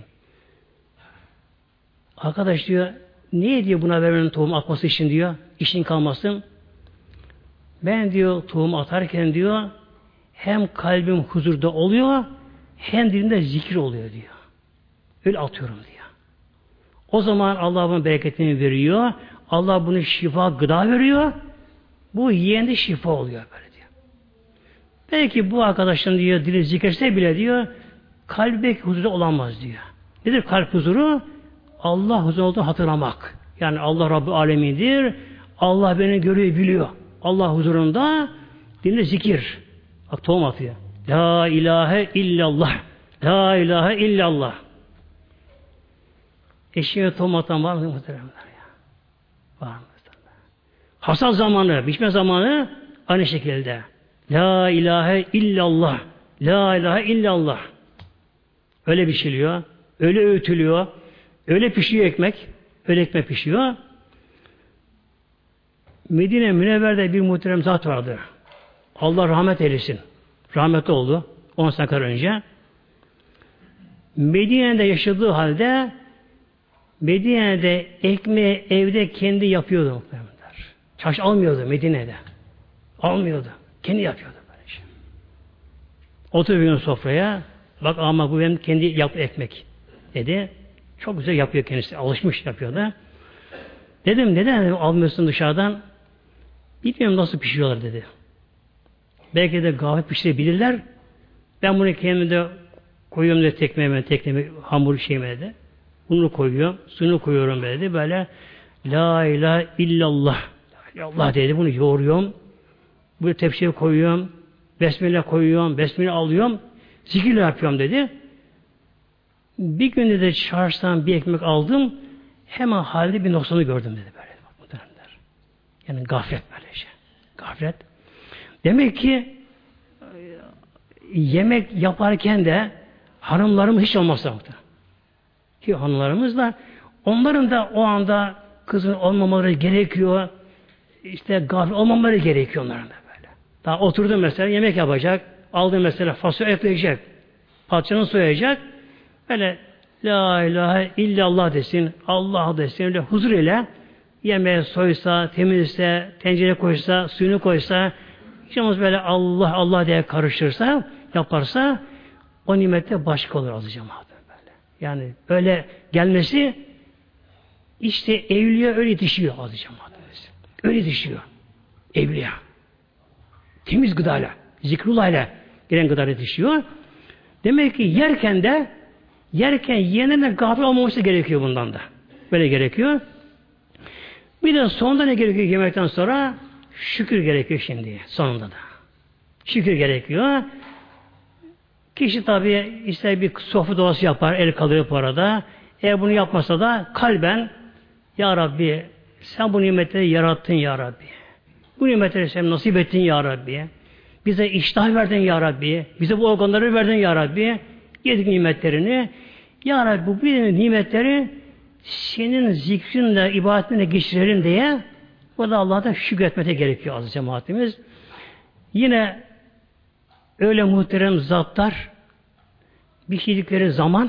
Arkadaş diyor, niye diyor buna vermenin tohum atması için diyor, işin kalmasın. Ben diyor tohum atarken diyor, hem kalbim huzurda oluyor, hem dilimde zikir oluyor diyor. Öyle atıyorum diyor. O zaman Allah bunun bereketini veriyor, Allah bunu şifa, gıda veriyor, bu yiyen de şifa oluyor böyle diyor. Belki bu arkadaşın diyor, dili zikirse bile diyor, kalbi huzurda olamaz diyor. Nedir kalp huzuru? Allah huzur olduğunu hatırlamak. Yani Allah Rabbi alemidir. Allah beni görüyor, biliyor. Allah huzurunda dinle zikir. Bak tohum atıyor. La ilahe illallah. La ilahe illallah. Eşeğe tohum atan var mı muhteremler ya? Var mı? Hasat zamanı, biçme zamanı aynı şekilde. La ilahe illallah. La ilahe illallah. Öyle biçiliyor. Öyle öğütülüyor. Öyle pişiyor ekmek. Öyle ekmek pişiyor. Medine Münevver'de bir muhterem zat vardı. Allah rahmet eylesin. Rahmetli oldu. on sene kadar önce. Medine'de yaşadığı halde Medine'de ekmeği evde kendi yapıyordu muhtemelenler. Çarşı almıyordu Medine'de. Almıyordu. Kendi yapıyordu böyle şey. Otur bir gün sofraya. Bak ama bu benim kendi yaptığı ekmek dedi. Çok güzel yapıyor kendisi. Alışmış yapıyor da. Dedim neden almıyorsun dışarıdan? Bilmiyorum nasıl pişiriyorlar dedi. Belki de gafet pişirebilirler. Ben bunu kendime koyuyorum da tekmeme, tekmeme, hamur şeyime dedi. Bunu koyuyorum, suyunu koyuyorum dedi. Böyle la ilahe illallah. Allah dedi. Bunu yoğuruyorum. Bu tepsiye koyuyorum. Besmele koyuyorum. Besmele alıyorum. Zikirle yapıyorum dedi. Bir günde de çarşıdan bir ekmek aldım. Hemen halde bir noksanı gördüm dedi böyle. Yani gaflet böyle şey. Gaflet. Demek ki yemek yaparken de hanımlarımız hiç olmazsa muhtemelen. Ki hanımlarımız da onların da o anda kızın olmamaları gerekiyor. İşte gaflet olmamaları gerekiyor onların da böyle. Daha oturdu mesela yemek yapacak. Aldı mesela fasulye ekleyecek. Patlıcanı soyacak. Böyle la ilahe illallah desin. Allah desin. Öyle huzur ile yemeği soysa, temizse, tencere koysa, suyunu koysa, hiç olmaz böyle Allah Allah diye karıştırsa, yaparsa o nimette başka olur azı cemaat böyle. Yani öyle gelmesi işte evliya öyle yetişiyor azı cemaat. Öyle yetişiyor. Evliya. Temiz gıdayla, zikrullah ile gelen gıdayla yetişiyor. Demek ki yerken de yerken yenene gafil olmaması gerekiyor bundan da. Böyle gerekiyor. Bir de sonunda ne gerekiyor yemekten sonra? Şükür gerekiyor şimdi. Sonunda da. Şükür gerekiyor. Kişi tabi ister bir sofra duası yapar, el kalıyor bu arada. Eğer bunu yapmasa da kalben Ya Rabbi sen bu nimetleri yarattın Ya Rabbi. Bu nimetleri sen nasip ettin Ya Rabbi. Bize iştah verdin Ya Rabbi. Bize bu organları verdin Ya Rabbi. Yedik nimetlerini. Ya Rabbi bu bir nimetleri senin zikrinle, ibadetinle geçirelim diye o da Allah'tan şükretmete gerekiyor aziz cemaatimiz. Yine öyle muhterem zatlar bir şey dedikleri zaman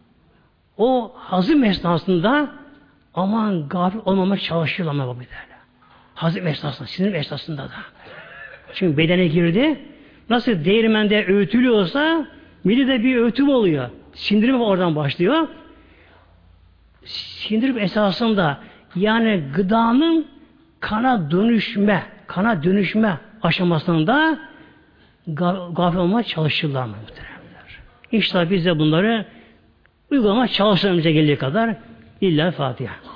o hazım esnasında aman gafil olmamaya çalışıyorlar ama bu bir derler. Hazım esnasında, sinir esnasında da. Çünkü bedene girdi. Nasıl değirmende öğütülüyorsa midede bir öğütüm oluyor. Sindirim oradan başlıyor. Sindirim esasında yani gıdanın kana dönüşme, kana dönüşme aşamasında gafil olmaya çalışırlar muhteremler. İşte biz de bunları uygulamaya çalışmamıza geldiği kadar İlla Fatiha.